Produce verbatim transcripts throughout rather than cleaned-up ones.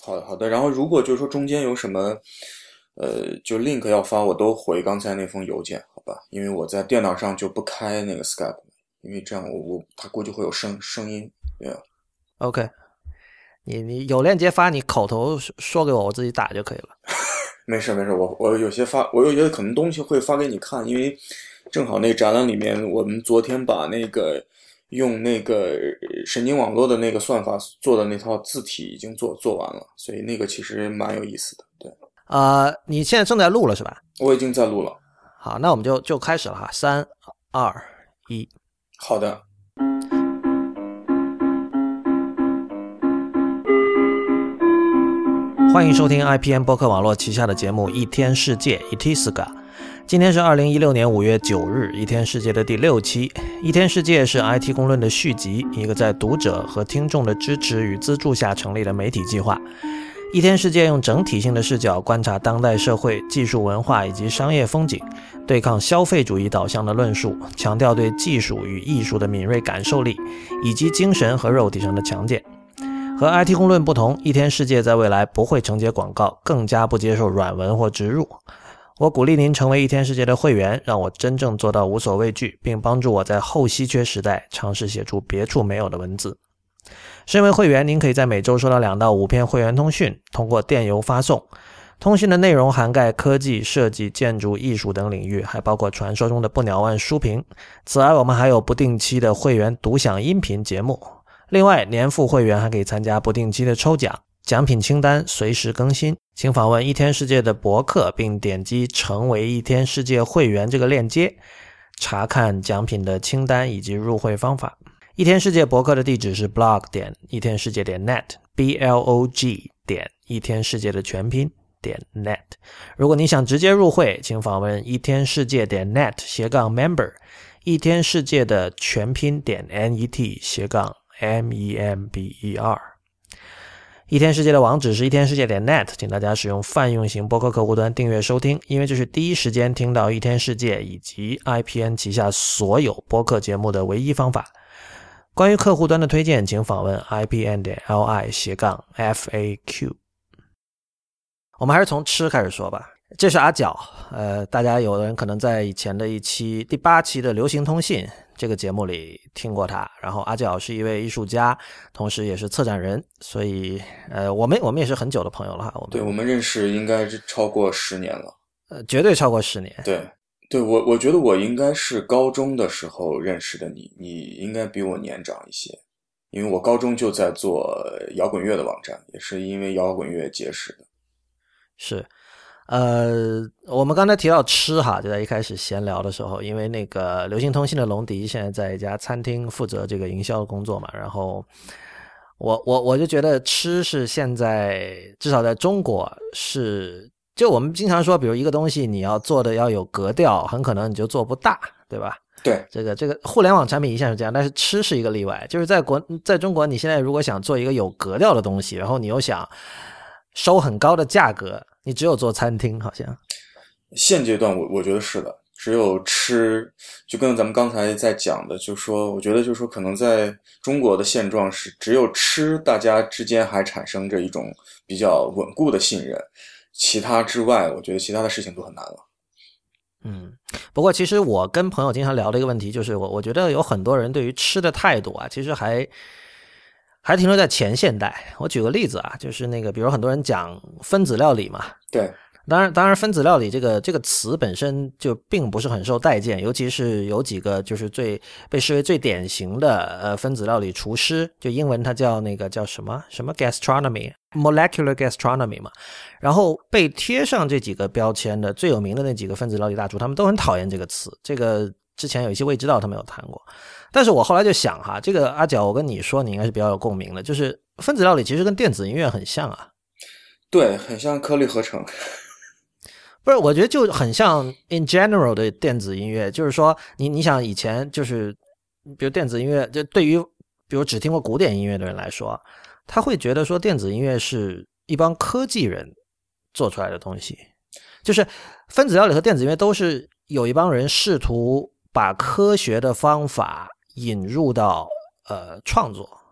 好的好的，然后如果就是说中间有什么呃就 link 要发，我都回刚才那封邮件，好吧？因为我在电脑上就不开那个 Skype， 因为这样我我它估计会有声声音，对啊。 OK， 你你有链接发，你口头说给我，我自己打就可以了。 没事没事，我我有些发，我有些可能东西会发给你看，因为正好那展览里面，我们昨天把那个用那个神经网络的那个算法做的那套字体已经做做完了，所以那个其实蛮有意思的。对， 呃，你现在正在录了是吧？ 我已经在录了。 好，那我们就就开始了哈，三二一， 好的。 欢迎收听 I P N 播客网络旗下的节目《一天世界》Itisaga。今天是二零一六年五月九日，《一天世界》的第六期。《一天世界》是 I T 公论的续集，一个在读者和听众的支持与资助下成立的媒体计划。《一天世界》用整体性的视角观察当代社会、技术文化以及商业风景，对抗消费主义导向的论述，强调对技术与艺术的敏锐感受力，以及精神和肉体上的强健。和 I T 公论不同，一天世界在未来不会承接广告，更加不接受软文或植入。我鼓励您成为一天世界的会员，让我真正做到无所畏惧，并帮助我在后稀缺时代尝试写出别处没有的文字。身为会员，您可以在每周收到两到五篇会员通讯，通过电邮发送。通讯的内容涵盖科技、设计、建筑、艺术等领域，还包括传说中的不鸟万书评。此外，我们还有不定期的会员独享音频节目。另外，年付会员还可以参加不定期的抽奖，奖品清单随时更新。请访问一天世界的博客，并点击成为一天世界会员这个链接，查看奖品的清单以及入会方法。一天世界博客的地址是 blog 点一天世界点 net b l o g 点一天世界的全拼点 net。 如果你想直接入会，请访问一天世界点 net 斜杠 member， 一天世界的全拼点 net 斜杠 M E M B E R。 一天世界的网址是一天世界点 net， 请大家使用泛用型播客客户端订阅收听，因为这是第一时间听到一天世界以及 I P N 旗下所有播客节目的唯一方法。关于客户端的推荐，请访问 I P N 点 L I 斜杠 F A Q。 我们还是从吃开始说吧。这是阿角，呃，大家有人可能在以前的一期第八期的流行通信这个节目里听过他。然后阿角是一位艺术家，同时也是策展人，所以呃，我们我们也是很久的朋友了哈。我们对，我们认识应该是超过十年了。 呃，绝对超过十年。 对，对我我觉得我应该是高中的时候认识的你，你应该比我年长一些，因为我高中就在做摇滚乐的网站，也是因为摇滚乐结识的。 是。呃，我们刚才提到吃哈，就在一开始闲聊的时候，因为那个流行通信的龙迪现在在一家餐厅负责这个营销的工作嘛，然后我我我就觉得吃是现在至少在中国是，就我们经常说，比如一个东西你要做的要有格调，很可能你就做不大，对吧？ 对， 这个这个互联网产品一向是这样，但是吃是一个例外，就是在国在中国，你现在如果想做一个有格调的东西，然后你又想收很高的价格，你只有做餐厅好像。 现阶段我我觉得是的，只有吃，就跟咱们刚才在讲的，就说我觉得就是说可能在中国的现状是只有吃，大家之间还产生着一种比较稳固的信任，其他之外我觉得其他的事情都很难了。 嗯，不过其实我跟朋友经常聊的一个问题就是我我觉得有很多人对于吃的态度啊，其实还还停留在前现代。我举个例子啊，就是那个比如很多人讲分子料理嘛。 对， 当然当然分子料理这个这个词本身就并不是很受待见，尤其是有几个就是最被视为最典型的呃分子料理厨师，就英文它叫那个叫什么什么 gastronomy molecular gastronomy 嘛。然后被贴上这几个标签的最有名的那几个分子料理大厨，他们都很讨厌这个词。这个之前有一些未知道他们有谈过。但是我后来就想哈，这个阿角我跟你说你应该是比较有共鸣的，就是分子料理其实跟电子音乐很像啊。 对，很像颗粒合成。 不是，我觉得就很像 in general 的电子音乐，就是说你你想以前就是比如电子音乐，就对于比如只听过古典音乐的人来说，他会觉得说电子音乐是一帮科技人做出来的东西，就是分子料理和电子音乐都是有一帮人试图把科学的方法引入到呃创作，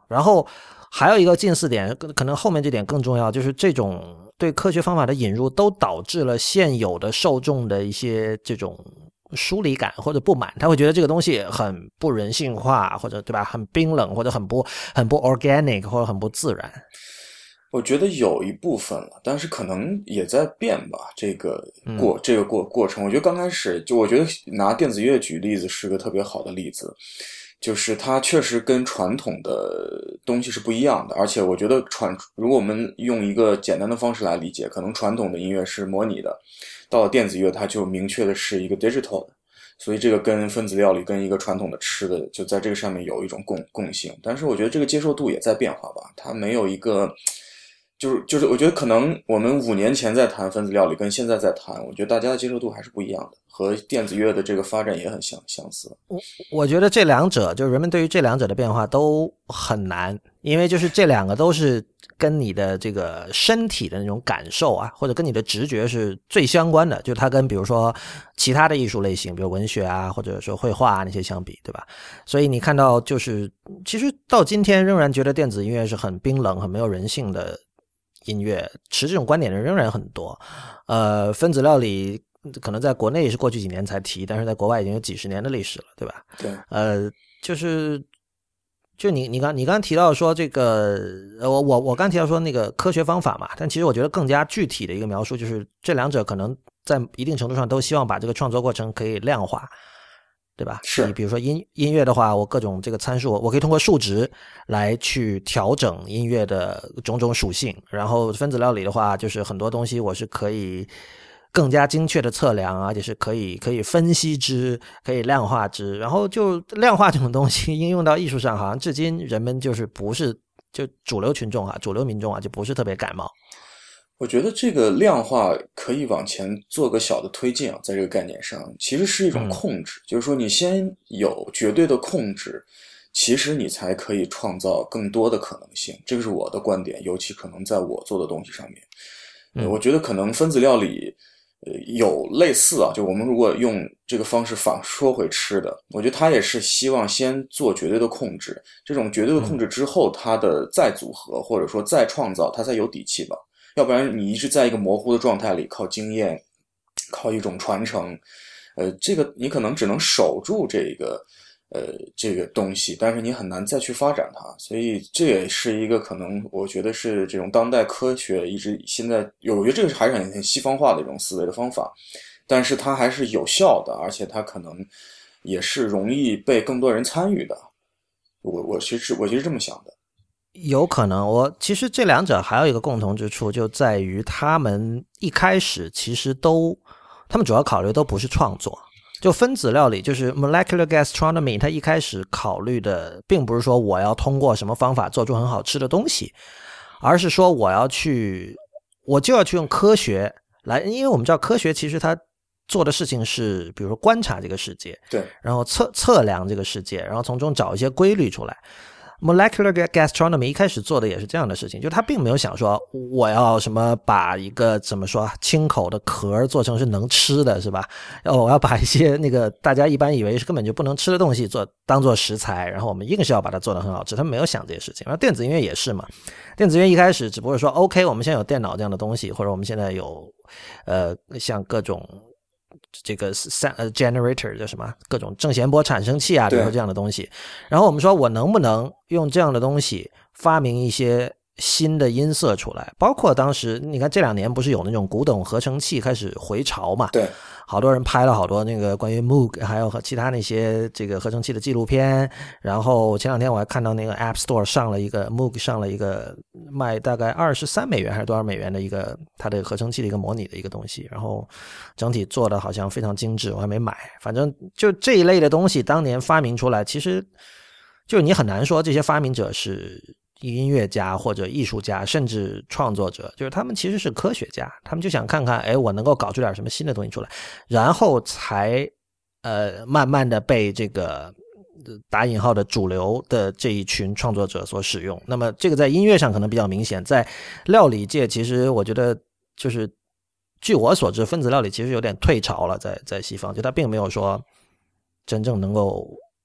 然后还有一个近似点，可能后面这点更重要，就是这种对科学方法的引入都导致了现有的受众的一些这种疏离感或者不满，他会觉得这个东西很不人性化，或者对吧，很冰冷，或者很不很不 organic， 或者很不自然。 我觉得有一部分了，但是可能也在变吧。这个过、嗯、这个过过程，我觉得刚开始就我觉得拿电子乐举例子是个特别好的例子，就是它确实跟传统的东西是不一样的，而且我觉得传如果我们用一个简单的方式来理解，可能传统的音乐是模拟的，到了电子乐它就明确的是一个 digital 的，所以这个跟分子料理跟一个传统的吃的就在这个上面有一种共共性，但是我觉得这个接受度也在变化吧，它没有一个。就是就是，我觉得可能我们五年前在谈分子料理，跟现在在谈，我觉得大家的接受度还是不一样的，和电子乐的这个发展也很相相似。 我我觉得这两者，就是人们对于这两者的变化都很难，因为就是这两个都是跟你的这个身体的那种感受啊，或者跟你的直觉是最相关的，就它跟比如说其他的艺术类型，比如文学啊，或者说绘画啊那些相比，对吧？所以你看到就是其实到今天仍然觉得电子音乐是很冰冷、很没有人性的。音乐持这种观点的人仍然很多，呃，分子料理可能在国内是过去几年才提，但是在国外已经有几十年的历史了，对吧？ 对， 呃，就是就你你刚你刚刚提到说这个，呃，我我我刚提到说那个科学方法嘛，但其实我觉得更加具体的一个描述就是这两者可能在一定程度上都希望把这个创作过程可以量化。对吧？ 是你比如说音音乐的话，我各种这个参数，我可以通过数值来去调整音乐的种种属性。然后分子料理的话，就是很多东西我是可以更加精确的测量，而且是可以可以分析之，可以量化之。然后就量化这种东西应用到艺术上，好像至今人们就是不是就主流群众啊，主流民众啊，就不是特别感冒。 我觉得这个量化可以往前做个小的推进啊，在这个概念上，其实是一种控制，嗯、就是说你先有绝对的控制，其实你才可以创造更多的可能性。这个是我的观点，尤其可能在我做的东西上面， 嗯、 呃、我觉得可能分子料理，呃，有类似啊，就我们如果用这个方式反说回吃的，我觉得他也是希望先做绝对的控制，这种绝对的控制之后，它的再组合或者说再创造，它才有底气吧。要不然你一直在一个模糊的状态里，靠经验，靠一种传承，呃，这个你可能只能守住这个，呃，这个东西，但是你很难再去发展它。所以这也是一个可能，我觉得是这种当代科学一直现在有，我觉得这个还是很很西方化的一种思维的方法，但是它还是有效的，而且它可能也是容易被更多人参与的。我我其实我其实这么想的。 有可能，我其实这两者还有一个共同之处，就在于他们一开始其实都，他们主要考虑都不是创作。就分子料理，就是 molecular gastronomy， 它一开始考虑的并不是说我要通过什么方法做出很好吃的东西，而是说我要去，我就要去用科学来，因为我们知道科学其实它做的事情是，比如说观察这个世界， 对， 然后测测量这个世界，然后从中找一些规律出来。Molecular gastronomy 一开始做的也是这样的事情，就他并没有想说我要什么把一个怎么说清口的壳做成是能吃的，是吧？我要把一些那个大家一般以为是根本就不能吃的东西做当做食材，然后我们硬是要把它做得很好吃，他们没有想这些事情。然后电子音乐也是嘛，电子音乐一开始只不过说 OK， 我们现在有电脑这样的东西，或者我们现在有呃像各种这个 generator 叫什么各种正弦波产生器啊，比如说这样的东西，然后我们说我能不能用这样的东西发明一些新的音色出来，包括当时你看这两年不是有那种古董合成器开始回潮嘛， 对， 好多人拍了好多那个关于 Moog 还有和其他那些这个合成器的纪录片，然后前两天我还看到那个 App Store 上了一个 Moog 上了一个卖大概二十三美元还是多少美元的一个它的合成器的一个模拟的一个东西，然后整体做的好像非常精致，我还没买，反正就这一类的东西当年发明出来，其实就你很难说这些发明者是音乐家或者艺术家甚至创作者，就是他们其实是科学家，他们就想看看哎，我能够搞出点什么新的东西出来，然后才呃慢慢的被这个打引号的主流的这一群创作者所使用。那么这个在音乐上可能比较明显，在料理界其实我觉得就是据我所知分子料理其实有点退潮了，在在西方就它并没有说真正能够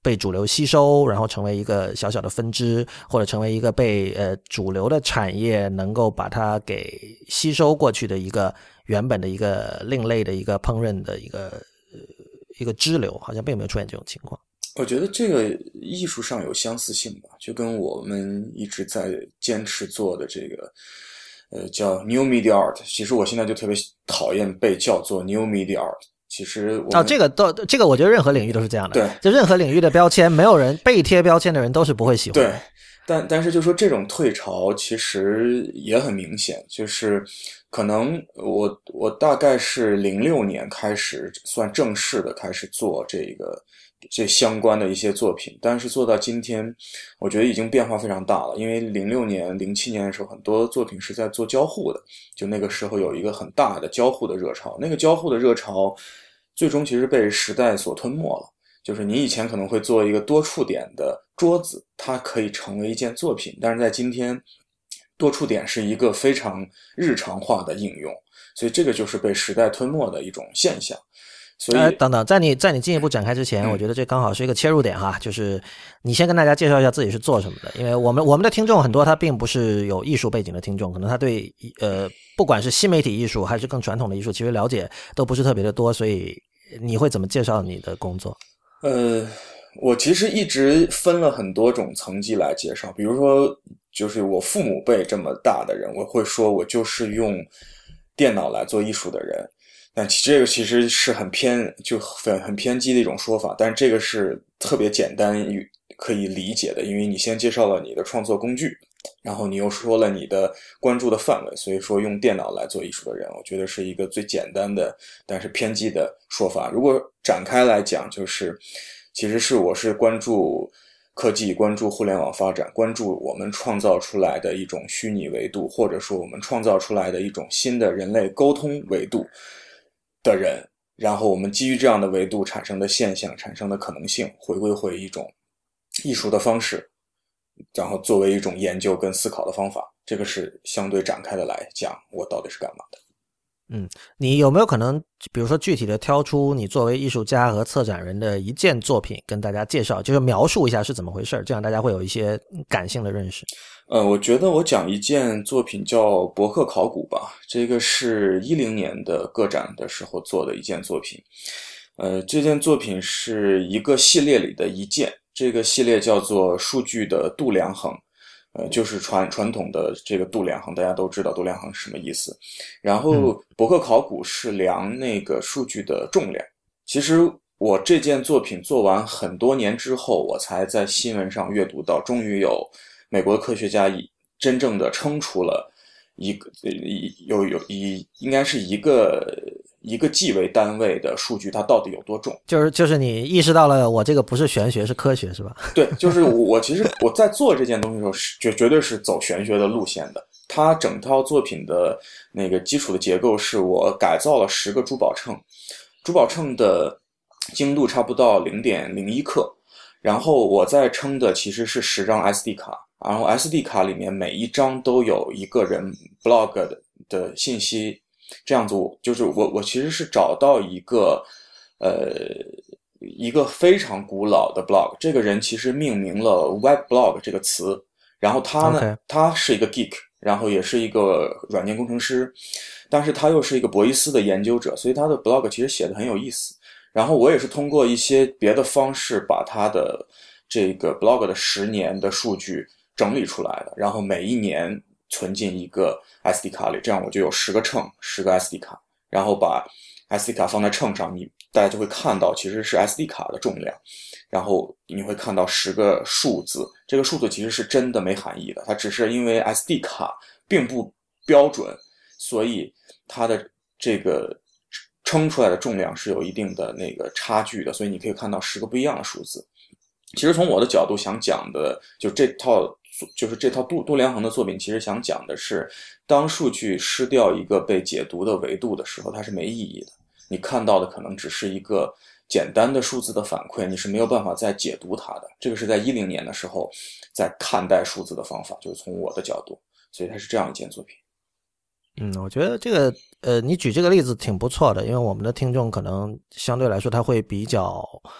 被主流吸收，然后成为一个小小的分支，或者成为一个被呃主流的产业能够把它给吸收过去的一个原本的一个另类的一个烹饪的一个、呃、一个支流，好像并没有出现这种情况。 我觉得这个艺术上有相似性吧，就跟我们一直在坚持做的这个呃叫 New Media Art， 其实我现在就特别讨厌被叫做 New Media Art。其实我哦，这个都这个我觉得任何领域都是这样的， 对， 就任何领域的标签，没有人被贴标签的人都是不会喜欢的。 对，但但是就说这种退潮其实也很明显，就是可能我我大概是零六年开始算正式的开始做这个这相关的一些作品，但是做到今天，我觉得已经变化非常大了。因为零六年、零七年的时候，很多作品是在做交互的，就那个时候有一个很大的交互的热潮，那个交互的热潮最终其实被时代所吞没了。就是你以前可能会做一个多触点的桌子，它可以成为一件作品，但是在今天，多触点是一个非常日常化的应用，所以这个就是被时代吞没的一种现象。所以、 呃、等等，在你在你进一步展开之前、 嗯、 我觉得这刚好是一个切入点哈，就是你先跟大家介绍一下自己是做什么的，因为我们我们的听众很多他并不是有艺术背景的听众，可能他对呃不管是新媒体艺术还是更传统的艺术其实了解都不是特别的多，所以你会怎么介绍你的工作？ 呃，我其实一直分了很多种层级来介绍，比如说就是我父母辈这么大的人，我会说我就是用电脑来做艺术的人，但这个其实是很偏就很很偏激的一种说法，但是这个是特别简单与可以理解的，因为你先介绍了你的创作工具，然后你又说了你的关注的范围，所以说用电脑来做艺术的人，我觉得是一个最简单的但是偏激的说法。如果展开来讲，就是其实是我是关注科技，关注互联网发展，关注我们创造出来的一种虚拟维度，或者说我们创造出来的一种新的人类沟通维度的人，然后我们基于这样的维度产生的现象，产生的可能性，回归回一种艺术的方式，然后作为一种研究跟思考的方法，这个是相对展开的来讲我到底是干嘛的。 嗯，你有没有可能比如说具体的挑出你作为艺术家和策展人的一件作品跟大家介绍，就是描述一下是怎么回事，这样大家会有一些感性的认识。 呃，我觉得我讲一件作品叫博客考古吧，这个是一零年的个展的时候做的一件作品。呃，这件作品是一个系列里的一件，这个系列叫做数据的度量衡。呃，就是传传统的这个度量衡，大家都知道度量衡是什么意思。然后博客考古是量那个数据的重量。其实我这件作品做完很多年之后，我才在新闻上阅读到，终于有美国科学家以真正的称出了一个有有一应该是一个一个 G 为单位的数据，它到底有多重？ 就是就是你意识到了，我这个不是玄学，是科学，是吧？ 对，就是我我其实我在做这件东西的时候，是绝绝对是走玄学的路线的。它整套作品的那个基础的结构是我改造了十个珠宝秤，珠宝秤的精度差不到零点零一克，然后我再称的其实是十张 S D 卡，然后 S D 卡里面每一张都有一个人 blog 的, 的信息。这样子我就是我我其实是找到一个呃一个非常古老的 blog， 这个人其实命名了 web blog 这个词，然后他呢、okay. 他是一个 geek， 然后也是一个软件工程师，但是他又是一个博伊斯的研究者，所以他的 blog 其实写得很有意思。然后我也是通过一些别的方式把他的这个 blog 的十年的数据整理出来的，然后每一年存进一个 S D 卡里，这样我就有十个秤，十个 S D 卡，然后把 S D 卡放在秤上，你大家就会看到其实是 S D 卡的重量，然后你会看到十个数字，这个数字其实是真的没含义的，它只是因为 S D 卡并不标准，所以它的这个称出来的重量是有一定的那个差距的，所以你可以看到十个不一样的数字。其实从我的角度想讲的，就这套就是这套度度量衡的作品，其实想讲的是，当数据失掉一个被解读的维度的时候，它是没意义的。你看到的可能只是一个简单的数字的反馈，你是没有办法再解读它的。这个是在一零年的时候在看待数字的方法，就是从我的角度，所以它是这样一件作品。 嗯，我觉得这个呃，你举这个例子挺不错的，因为我们的听众可能相对来说他会比较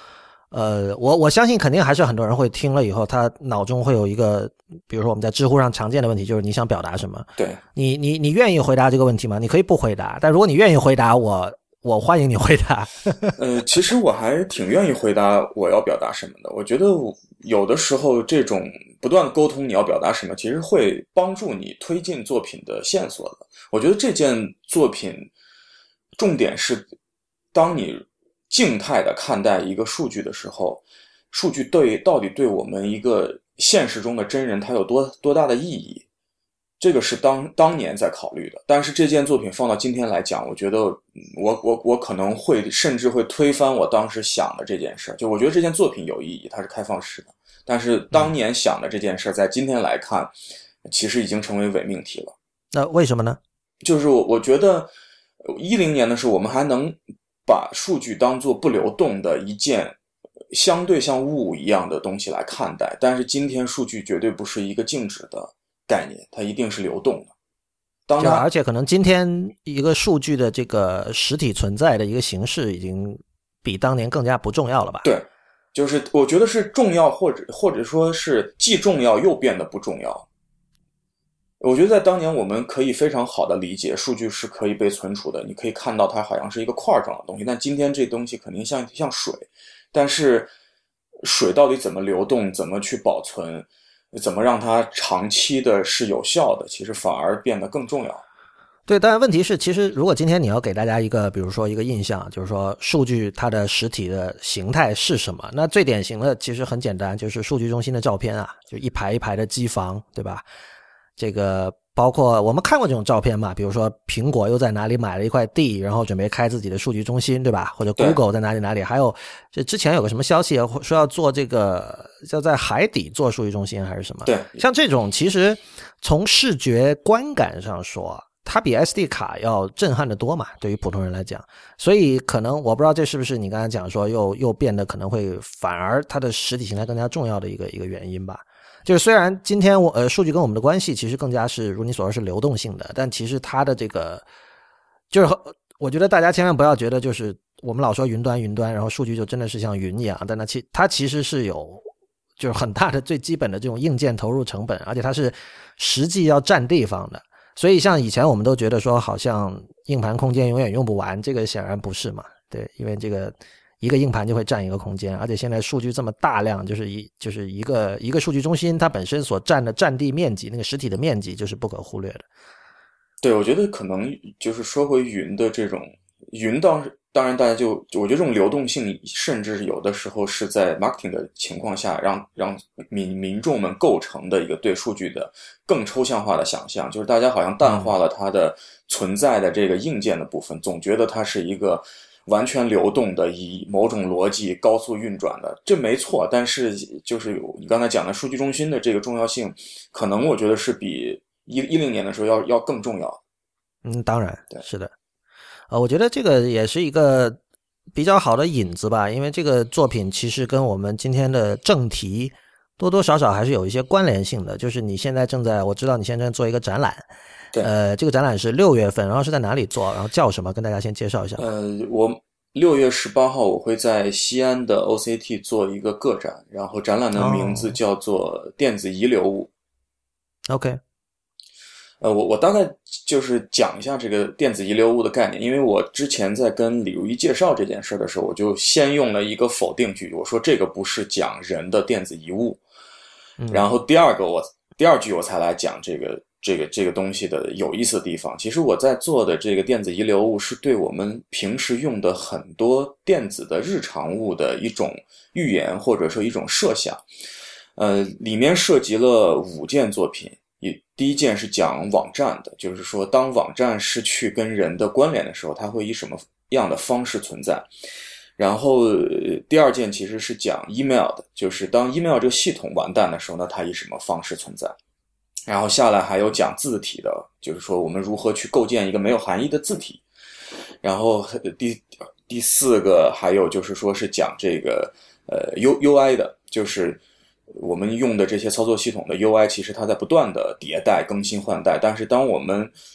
呃，我我相信肯定还是很多人会听了以后，他脑中会有一个，比如说我们在知乎上常见的问题，就是你想表达什么？ 对， 你你你愿意回答这个问题吗？你可以不回答，但如果你愿意回答，我我欢迎你回答。 呃，其实我还挺愿意回答我要表达什么的。我觉得有的时候这种不断的沟通你要表达什么，其实会帮助你推进作品的线索的。我觉得这件作品重点是，当你静态的看待一个数据的时候，数据对到底对我们一个现实中的真人它有多多大的意义，这个是当当年在考虑的。但是这件作品放到今天来讲，我觉得我我我可能会甚至会推翻我当时想的这件事。就我觉得这件作品有意义，它是开放式的，但是当年想的这件事在今天来看其实已经成为伪命题了。 那为什么呢？ 就是我我觉得一零年的时候我们还能把数据当作不流动的一件相对像物一样的东西来看待，但是今天数据绝对不是一个静止的概念，它一定是流动的。当它而且可能今天一个数据的这个实体存在的一个形式已经比当年更加不重要了吧？ 对，就是我觉得是重要，或者或者说是既重要又变得不重要。我觉得在当年我们可以非常好的理解数据是可以被存储的，你可以看到它好像是一个块状的东西，但今天这东西肯定像像水，但是水到底怎么流动，怎么去保存，怎么让它长期的是有效的，其实反而变得更重要。 对，但问题是其实如果今天你要给大家一个比如说一个印象，就是说数据它的实体的形态是什么，那最典型的其实很简单，就是数据中心的照片啊，就一排一排的机房，对吧？这个包括我们看过这种照片嘛，比如说苹果又在哪里买了一块地，然后准备开自己的数据中心，对吧？或者 Google 在哪里哪里，还有这之前有个什么消息说要做这个要在海底做数据中心还是什么？ 对， 像这种其实从视觉观感上说，它比 S D 卡要震撼得多嘛，对于普通人来讲。所以可能我不知道这是不是你刚才讲说又又变得可能会反而它的实体形态更加重要的一个一个原因吧。就是虽然今天我呃数据跟我们的关系其实更加是如你所说是流动性的，但其实它的这个就是我觉得大家千万不要觉得就是我们老说云端云端，然后数据就真的是像云一样，但它其它其实是有就是很大的最基本的这种硬件投入成本，而且它是实际要占地方的。所以像以前我们都觉得说好像硬盘空间永远用不完，这个显然不是嘛，对，因为这个一个硬盘就会占一个空间，而且现在数据这么大量，就是一就是一个一个数据中心它本身所占的占地面积，那个实体的面积就是不可忽略的。 对，我觉得可能就是说回云的这种云当当然大家就我觉得这种流动性甚至有的时候是在 marketing 的情况下让让民民众们构成的一个对数据的更抽象化的想象，就是大家好像淡化了它的存在的这个硬件的部分，总觉得它是一个完全流动的以某种逻辑高速运转的，这没错，但是就是你刚才讲的数据中心的这个重要性可能我觉得是比一一零年的时候要要更重要。 嗯，当然对， 是的。呃，我觉得这个也是一个比较好的引子吧，因为这个作品其实跟我们今天的正题多多少少还是有一些关联性的。就是你现在正在，我知道你现在做一个展览， 对， 呃，这个展览是六月份，然后是在哪里做，然后叫什么，跟大家先介绍一下。 呃，我六月十八号我会在西安的 O C T 做一个个展，然后展览的名字叫做电子遗留物。 哦、OK。 呃，我我大概就是讲一下这个电子遗留物的概念，因为我之前在跟李如一介绍这件事的时候，我就先用了一个否定句，我说这个不是讲人的电子遗物， 嗯、 然后第二个我第二句我才来讲这个这个这个东西的有意思的地方。其实我在做的这个电子遗留物是对我们平时用的很多电子的日常物的一种预言或者说一种设想，呃，里面涉及了五件作品。第一件是讲网站的，就是说当网站失去跟人的关联的时候，它会以什么样的方式存在。然后第二件其实是讲 email 的，就是当 email 这个系统完蛋的时候呢，它以什么方式存在。然后下来还有讲字体的，就是说我们如何去构建一个没有含义的字体。然后第第四个还有就是说是讲这个呃 U UI 的，就是我们用的这些操作系统的 U I 其实它在不断的迭代更新换代，但是当我们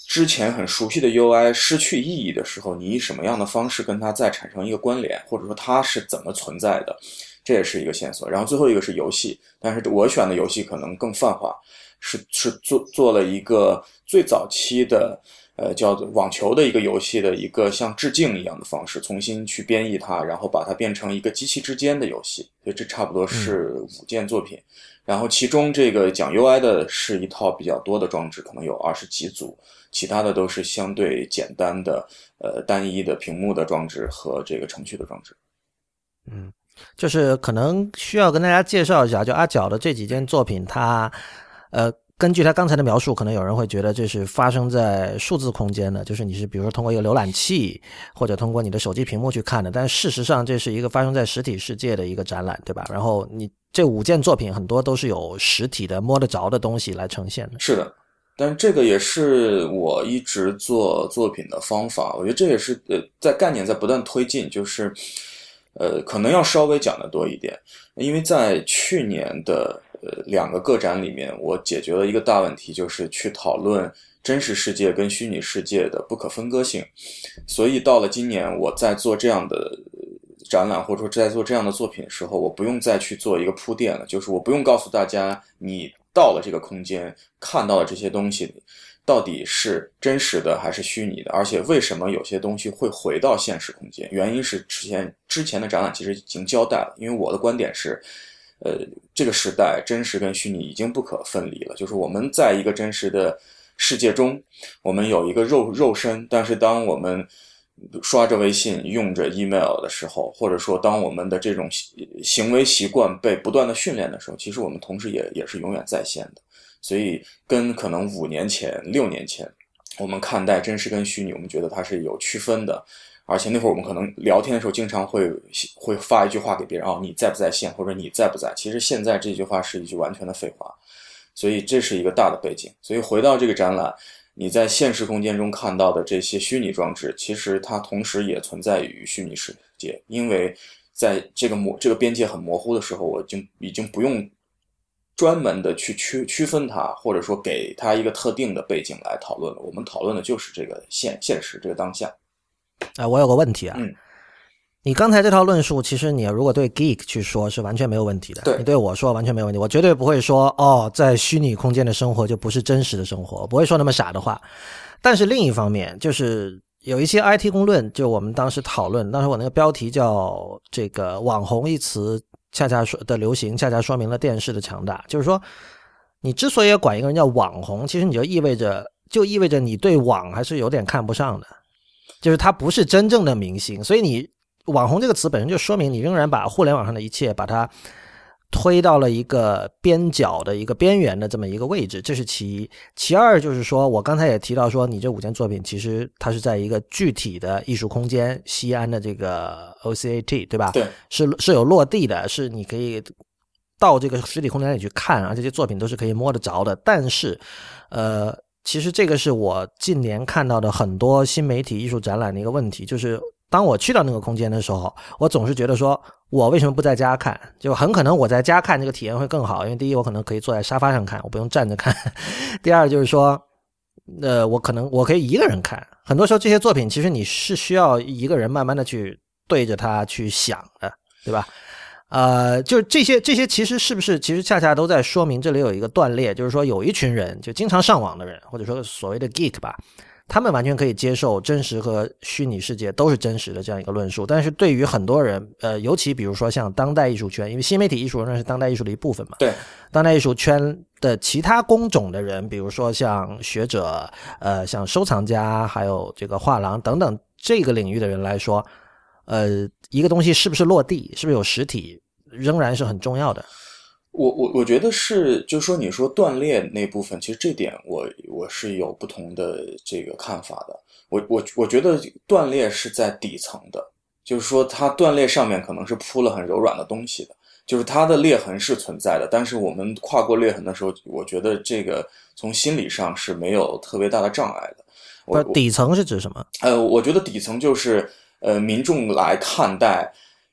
之前很熟悉的 U I 失去意义的时候，你以什么样的方式跟它再产生一个关联，或者说它是怎么存在的，这也是一个线索。然后最后一个是游戏，但是我选的游戏可能更泛化，是是做做了一个最早期的呃叫做网球的一个游戏的一个像致敬一样的方式，重新去编译它，然后把它变成一个机器之间的游戏。所以这差不多是五件作品。嗯，然后其中这个讲 U I 的是一套比较多的装置，可能有二十几组，其他的都是相对简单的呃单一的屏幕的装置和这个程序的装置。 嗯，就是可能需要跟大家介绍一下，就阿角的这几件作品，它呃根据他刚才的描述，可能有人会觉得这是发生在数字空间的，就是你是比如说通过一个浏览器或者通过你的手机屏幕去看的，但事实上这是一个发生在实体世界的一个展览，对吧？然后你这五件作品很多都是有实体的摸得着的东西来呈现的。 是的，但这个也是我一直做作品的方法，我觉得这也是呃在概念在不断推进，就是呃可能要稍微讲的多一点，因为在去年的呃两个个展里面，我解决了一个大问题，就是去讨论真实世界跟虚拟世界的不可分割性，所以到了今年我在做这样的展览或者说在做这样的作品的时候，我不用再去做一个铺垫了，就是我不用告诉大家你到了这个空间看到的这些东西到底是真实的还是虚拟的，而且为什么有些东西会回到现实空间，原因是之前之前的展览其实已经交代了。因为我的观点是呃，这个时代真实跟虚拟已经不可分离了，就是我们在一个真实的世界中，我们有一个肉肉身，但是当我们刷着微信用着 email 的时候，或者说当我们的这种行为习惯被不断的训练的时候，其实我们同时也也是永远在线的。所以跟可能五年前六年前我们看待真实跟虚拟，我们觉得它是有区分的，而且那会儿我们可能聊天的时候经常会会发一句话给别人，哦，你在不在线，或者你在不在，其实现在这句话是一句完全的废话。所以这是一个大的背景。所以回到这个展览，你在现实空间中看到的这些虚拟装置，其实它同时也存在于虚拟世界，因为在这个模这个边界很模糊的时候，我已经已经不用专门的去区区分它，或者说给它一个特定的背景来讨论了。我们讨论的就是这个现现实这个当下。 哎、呃，我有个问题啊， 嗯， 你刚才这套论述，其实你如果对 geek 去说是完全没有问题的， 对， 你对我说完全没有问题，我绝对不会说哦，在虚拟空间的生活就不是真实的生活，我不会说那么傻的话。但是另一方面，就是有一些 I T 公论，就我们当时讨论，当时我那个标题叫这个网红一词恰恰说的流行，恰恰说明了电视的强大。就是说，你之所以要管一个人叫网红，其实你就意味着就意味着你对网还是有点看不上的，就是他不是真正的明星，所以你网红这个词本身就说明你仍然把互联网上的一切把它推到了一个边角的一个边缘的这么一个位置，这是其一。其二就是说，我刚才也提到说，你这五件作品其实它是在一个具体的艺术空间，西安的这个 O C A T 对吧？ 对， 是是有落地的，是你可以到这个实体空间里去看啊，这些作品都是可以摸得着的。但是呃其实这个是我近年看到的很多新媒体艺术展览的一个问题，就是当我去到那个空间的时候，我总是觉得说我为什么不在家看，就很可能我在家看这个体验会更好，因为第一我可能可以坐在沙发上看，我不用站着看，第二就是说呃，我可能我可以一个人看，很多时候这些作品其实你是需要一个人慢慢的去对着它去想的，对吧？呃，就是这些这些其实是不是其实恰恰都在说明这里有一个断裂，就是说有一群人就经常上网的人，或者说所谓的 geek 吧，他们完全可以接受真实和虚拟世界都是真实的这样一个论述，但是对于很多人呃，尤其比如说像当代艺术圈，因为新媒体艺术仍然是当代艺术的一部分嘛， 对， 当代艺术圈的其他工种的人，比如说像学者呃，像收藏家还有这个画廊等等这个领域的人来说，呃，一个东西是不是落地，是不是有实体，仍然是很重要的。 我我我觉得是，就是说你说断裂那部分，其实这点我我是有不同的这个看法的。我我我觉得断裂是在底层的，就是说它断裂上面可能是铺了很柔软的东西的，就是它的裂痕是存在的，但是我们跨过裂痕的时候，我觉得这个从心理上是没有特别大的障碍的。 不，底层是指什么？ 呃，我觉得底层就是呃民众来看待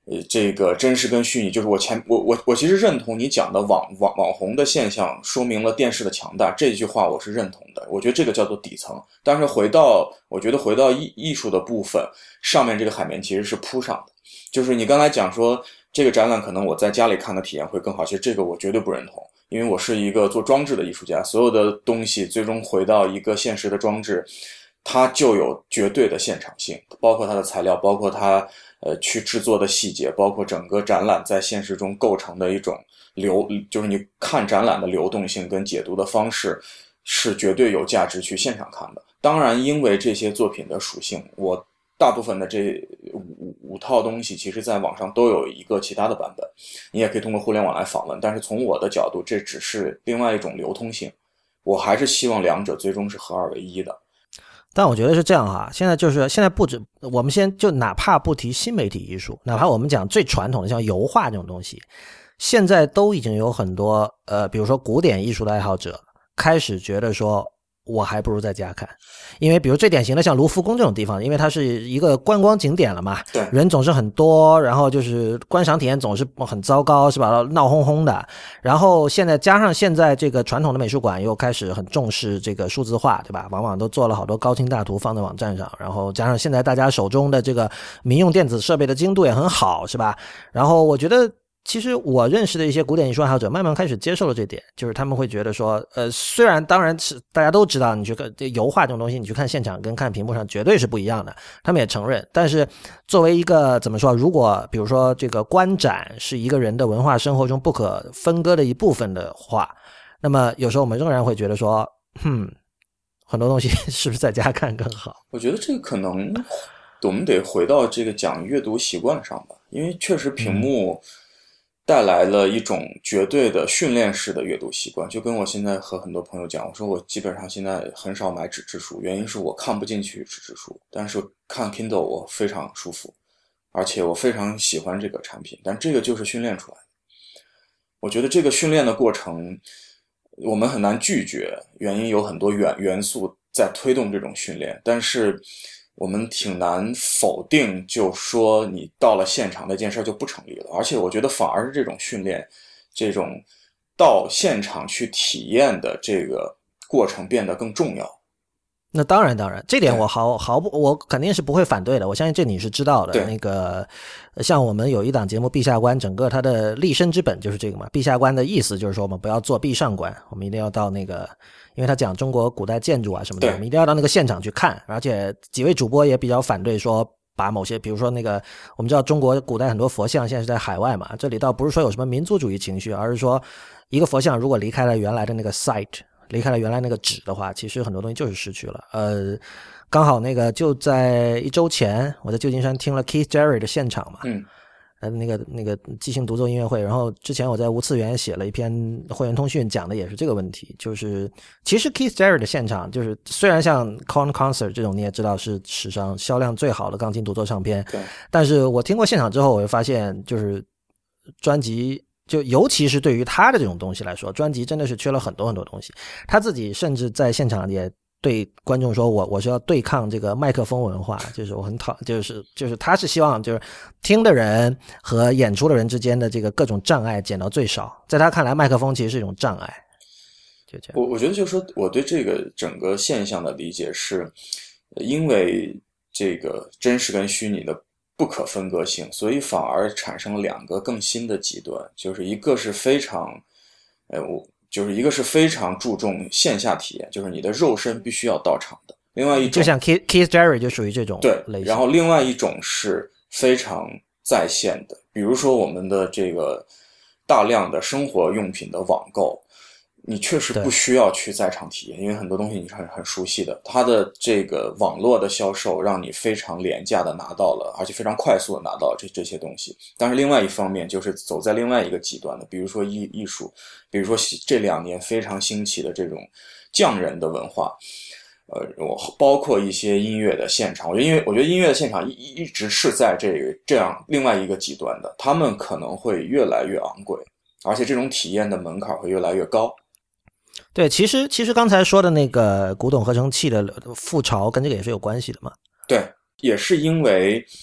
呃，这个真实跟虚拟，就是我前我我我其实认同你讲的网网网红的现象说明了电视的强大，这句话我是认同的，我觉得这个叫做底层。但是回到我觉得回到艺艺术的部分，上面这个海绵其实是铺上的。就是你刚才讲说这个展览可能我在家里看的体验会更好，其实这个我绝对不认同，因为我是一个做装置的艺术家，所有的东西最终回到一个现实的装置，它就有绝对的现场性，包括它的材料，包括它呃去制作的细节，包括整个展览在现实中构成的一种流，就是你看展览的流动性跟解读的方式是绝对有价值去现场看的。当然因为这些作品的属性，我大部分的这五五套东西其实在网上都有一个其他的版本，你也可以通过互联网来访问，但是从我的角度这只是另外一种流通性，我还是希望两者最终是合二为一的。 但我觉得是这样哈，现在就是现在不止我们先就哪怕不提新媒体艺术，哪怕我们讲最传统的像油画这种东西，现在都已经有很多呃，比如说古典艺术的爱好者开始觉得说我还不如在家看，因为比如最典型的像卢浮宫这种地方，因为它是一个观光景点了嘛， 对， 人总是很多，然后就是观赏体验总是很糟糕，是吧？闹哄哄的。然后现在加上现在这个传统的美术馆又开始很重视这个数字化，对吧？往往都做了好多高清大图放在网站上，然后加上现在大家手中的这个民用电子设备的精度也很好，是吧？然后我觉得其实我认识的一些古典艺术爱好者慢慢开始接受了这点，就是他们会觉得说呃，虽然当然是大家都知道你去看油画这种东西，你去看现场跟看屏幕上绝对是不一样的，他们也承认，但是作为一个怎么说，如果比如说这个观展是一个人的文化生活中不可分割的一部分的话，那么有时候我们仍然会觉得说哼，很多东西是不是在家看更好。 我觉得这个可能我们得回到这个讲阅读习惯上吧，因为确实屏幕、嗯带来了一种绝对的训练式的阅读习惯，就跟我现在和很多朋友讲，我说我基本上现在很少买纸质书，原因是我看不进去纸质书，但是看 Kindle 我非常舒服，而且我非常喜欢这个产品，但这个就是训练出来的。我觉得这个训练的过程我们很难拒绝，原因有很多元元素在推动这种训练，但是我们挺难否定就说你到了现场那件事就不成立了，而且我觉得反而是这种训练，这种到现场去体验的这个过程变得更重要。 那当然当然，这点我毫毫不我肯定是不会反对的，我相信这你是知道的。那个像我们有一档节目陛下观，整个它的立身之本就是这个嘛。陛下观的意思就是说我们不要做壁上观，我们一定要到那个，因为他讲中国古代建筑啊什么的，我们一定要到那个现场去看。而且几位主播也比较反对说把某些比如说那个我们知道中国古代很多佛像现在是在海外嘛，这里倒不是说有什么民族主义情绪，而是说一个佛像如果离开了原来的那个 site，离开了原来那个纸的话，其实很多东西就是失去了。呃，刚好那个就在一周前，我在旧金山听了 Keith Jarrett 的现场嘛， 嗯， 呃，那个那个即兴独奏音乐会。然后之前我在无次元写了一篇会员通讯，讲的也是这个问题，就是其实 Keith Jarrett 的现场，就是虽然像 Con Concert 这种你也知道是史上销量最好的钢琴独奏唱片， 对， 但是我听过现场之后，我会发现就是专辑。就尤其是对于他的这种东西来说，专辑真的是缺了很多很多东西。他自己甚至在现场也对观众说，我我是要对抗这个麦克风文化，就是我很讨，就是就是他是希望就是听的人和演出的人之间的这个各种障碍减到最少。在他看来，麦克风其实是一种障碍。就这样， 我我觉得就是说，我对这个整个现象的理解是，因为这个真实跟虚拟的不可分割性，所以反而产生了两个更新的极端，就是一个是非常呃我就是一个是非常注重线下体验，就是你的肉身必须要到场的，另外一种就像 Keith, Keith Jarrett 就属于这种类型。 对，然后另外一种是非常在线的，比如说我们的这个大量的生活用品的网购，你确实不需要去在场体验，因为很多东西你是很很熟悉的，它的这个网络的销售让你非常廉价的拿到了，而且非常快速的拿到了这这些东西。但是另外一方面就是走在另外一个极端的，比如说艺艺术，比如说这两年非常兴起的这种匠人的文化，呃，包括一些音乐的现场，我觉得音乐，我觉得音乐的现场一一直是在这个这样另外一个极端的，他们可能会越来越昂贵，而且这种体验的门槛会越来越高。 对，其实其实刚才说的那个古董合成器的覆巢跟这个也是有关系的嘛。 对，也是因为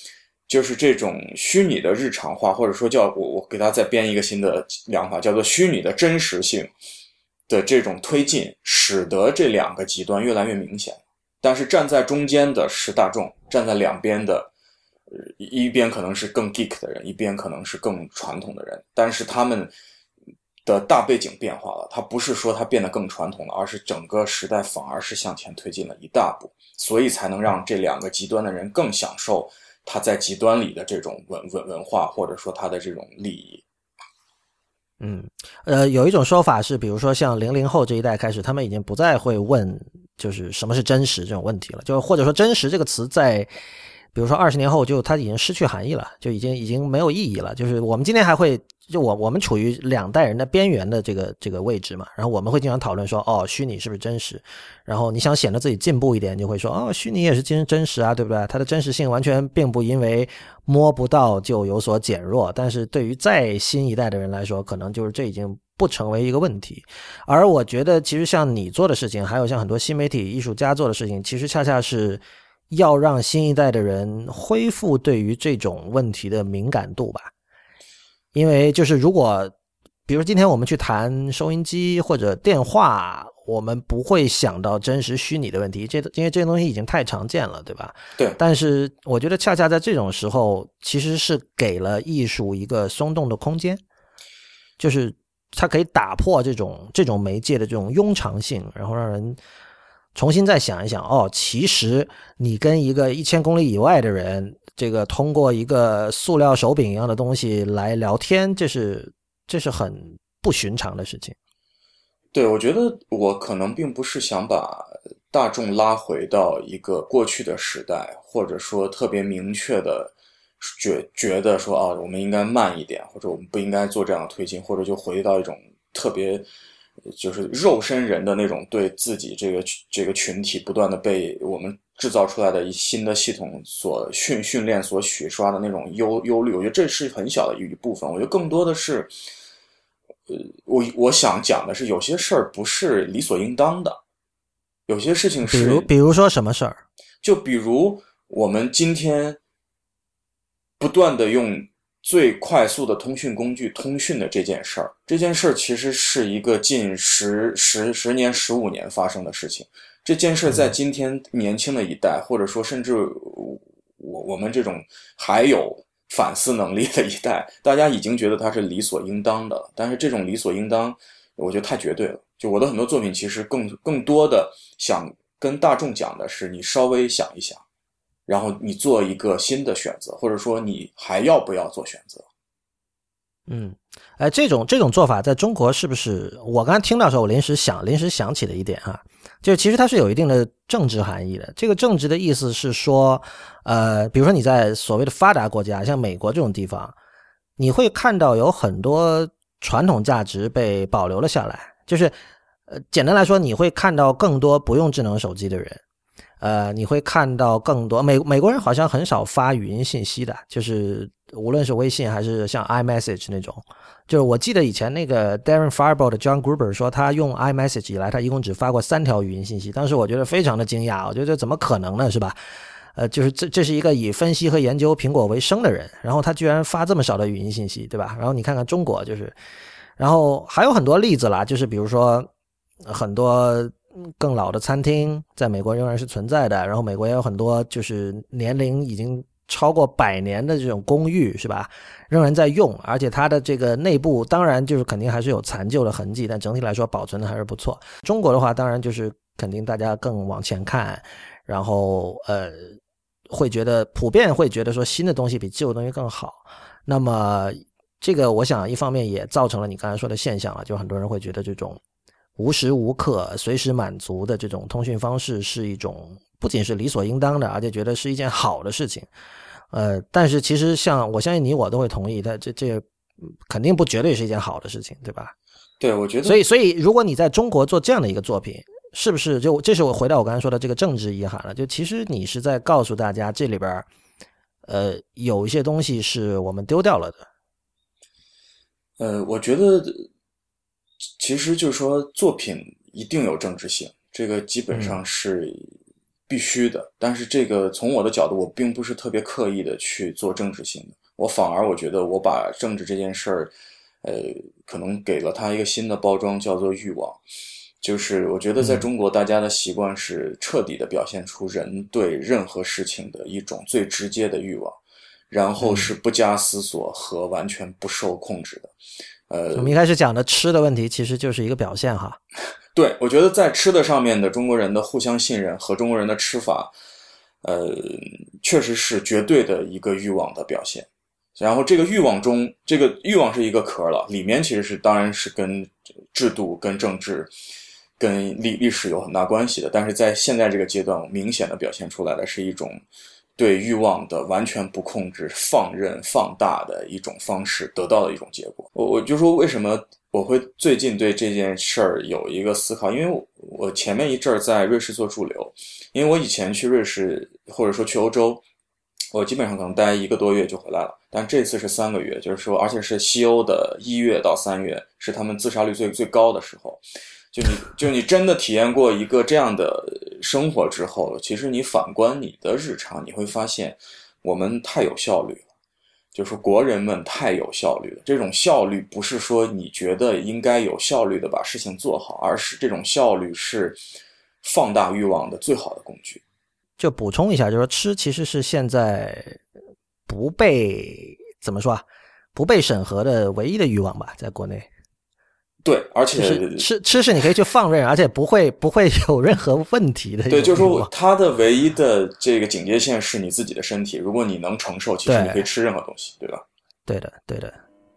就是这种虚拟的日常化，或者说叫我我给它再编一个新的量法，叫做虚拟的真实性的这种推进，使得这两个极端越来越明显。但是站在中间的是大众，站在两边的一边可能是更 geek 的人，一边可能是更传统的人，但是他们的大背景变化了，它不是说它变得更传统了，而是整个时代反而是向前推进了一大步，所以才能让这两个极端的人更享受他在极端里的这种文文文化，或者说他的这种利益。 嗯，呃，有一种说法是，比如说像零零后这一代开始，他们已经不再会问就是什么是真实这种问题了，就或者说真实这个词在比如说二十年后就它已经失去含义了，就已经已经没有意义了。就是我们今天还会就我我们处于两代人的边缘的这个这个位置嘛，然后我们会经常讨论说，哦，虚拟是不是真实？然后你想显得自己进步一点，就会说，哦，虚拟也是真真实啊，对不对？它的真实性完全并不因为摸不到就有所减弱，但是对于再新一代的人来说，可能就是这已经不成为一个问题。而我觉得其实像你做的事情，还有像很多新媒体艺术家做的事情，其实恰恰是要让新一代的人恢复对于这种问题的敏感度吧。因为就是如果比如今天我们去谈收音机或者电话，我们不会想到真实虚拟的问题，这因为这些东西已经太常见了，对吧？ 对。 但是我觉得恰恰在这种时候，其实是给了艺术一个松动的空间，就是它可以打破这种这种媒介的这种庸常性，然后让人重新再想一想，哦，其实你跟一个一千公里以外的人，这个通过一个塑料手柄一样的东西来聊天，这是这是很不寻常的事情。 对，我觉得我可能并不是想把大众拉回到一个过去的时代，或者说特别明确的觉觉得说啊，我们应该慢一点，或者我们不应该做这样的推进，或者就回到一种特别就是肉身人的那种对自己这个这个群体不断的被我们制造出来的一新的系统所训训练所洗刷的那种忧忧虑，我觉得这是很小的一部分。我觉得更多的是，呃，我我想讲的是，有些事儿不是理所应当的，有些事情是， 比如比如说什么事儿？ 就比如我们今天不断的用最快速的通讯工具通讯的这件事儿，这件事儿其实是一个近十十十年、十五年发生的事情。这件事在今天年轻的一代，或者说甚至我我们这种还有反思能力的一代，大家已经觉得它是理所应当的了。但是这种理所应当，我觉得太绝对了。就我的很多作品，其实更更多的想跟大众讲的是，你稍微想一想。然后你做一个新的选择，或者说你还要不要做选择？ 嗯，哎，这种这种做法在中国是不是？我刚才听到的时候，我临时想临时想起的一点哈，就是其实它是有一定的政治含义的。这个政治的意思是说，呃，比如说你在所谓的发达国家，像美国这种地方，你会看到有很多传统价值被保留了下来。就是呃，简单来说，你会看到更多不用智能手机的人。呃，你会看到更多美美国人好像很少发语音信息的，就是无论是微信还是像 iMessage 那种。就是我记得以前那个 Darren Fireball 的 John Gruber 说，他用 iMessage 以来，他一共只发过三条语音信息。当时我觉得非常的惊讶，我觉得怎么可能呢，是吧？呃，就是这这是一个以分析和研究苹果为生的人，然后他居然发这么少的语音信息，对吧？然后你看看中国，就是，然后还有很多例子啦，就是比如说很多更老的餐厅在美国仍然是存在的，然后美国也有很多就是年龄已经超过百年的这种公寓，是吧？仍然在用，而且它的这个内部当然就是肯定还是有残旧的痕迹，但整体来说保存的还是不错。中国的话，当然就是肯定大家更往前看，然后呃会觉得普遍会觉得说新的东西比旧的东西更好。那么这个我想一方面也造成了你刚才说的现象了，就很多人会觉得这种无时无刻随时满足的这种通讯方式是一种不仅是理所应当的，而且觉得是一件好的事情。呃，但是其实像我相信你我都会同意，它这这肯定不绝对是一件好的事情，对吧？ 对，我觉得。 所以所以如果你在中国做这样的一个作品，是不是就这是我回到我刚才说的这个政治遗憾了？就其实你是在告诉大家这里边呃有一些东西是我们丢掉了的。 呃，我觉得其实就是说作品一定有政治性，这个基本上是必须的，但是这个从我的角度，我并不是特别刻意的去做政治性的，我反而我觉得我把政治这件事儿，呃，可能给了它一个新的包装，叫做欲望。就是我觉得在中国，大家的习惯是彻底的表现出人对任何事情的一种最直接的欲望，然后是不加思索和完全不受控制的。呃， 我们一开始讲的吃的问题，其实就是一个表现哈。 对，我觉得在吃的上面的中国人的互相信任和中国人的吃法，呃，确实是绝对的一个欲望的表现。然后这个欲望中，这个欲望是一个壳了，里面其实是当然是跟制度、跟政治、跟历历史有很大关系的。但是在现在这个阶段，明显的表现出来的是一种对欲望的完全不控制、放任、放大的一种方式得到的一种结果。我我就说为什么我会最近对这件事儿有一个思考，因为我前面一阵儿在瑞士做驻留，因为我以前去瑞士或者说去欧洲，我基本上可能待一个多月就回来了，但这次是三个月，就是说，而且是西欧的一月到三月是他们自杀率最最高的时候。就你就你真的体验过一个这样的生活之后，其实你反观你的日常，你会发现我们太有效率了。就是国人们太有效率了，这种效率不是说你觉得应该有效率的把事情做好，而是这种效率是放大欲望的最好的工具。 就补充一下，就是说吃其实是现在不被怎么说啊，不被审核的唯一的欲望吧，在国内。 对，而且就是吃吃是你可以去放任，而且不会不会有任何问题的。 对，就是说它的唯一的这个警戒线是你自己的身体，如果你能承受，其实你可以吃任何东西， 对, 对吧？ 对的，对的。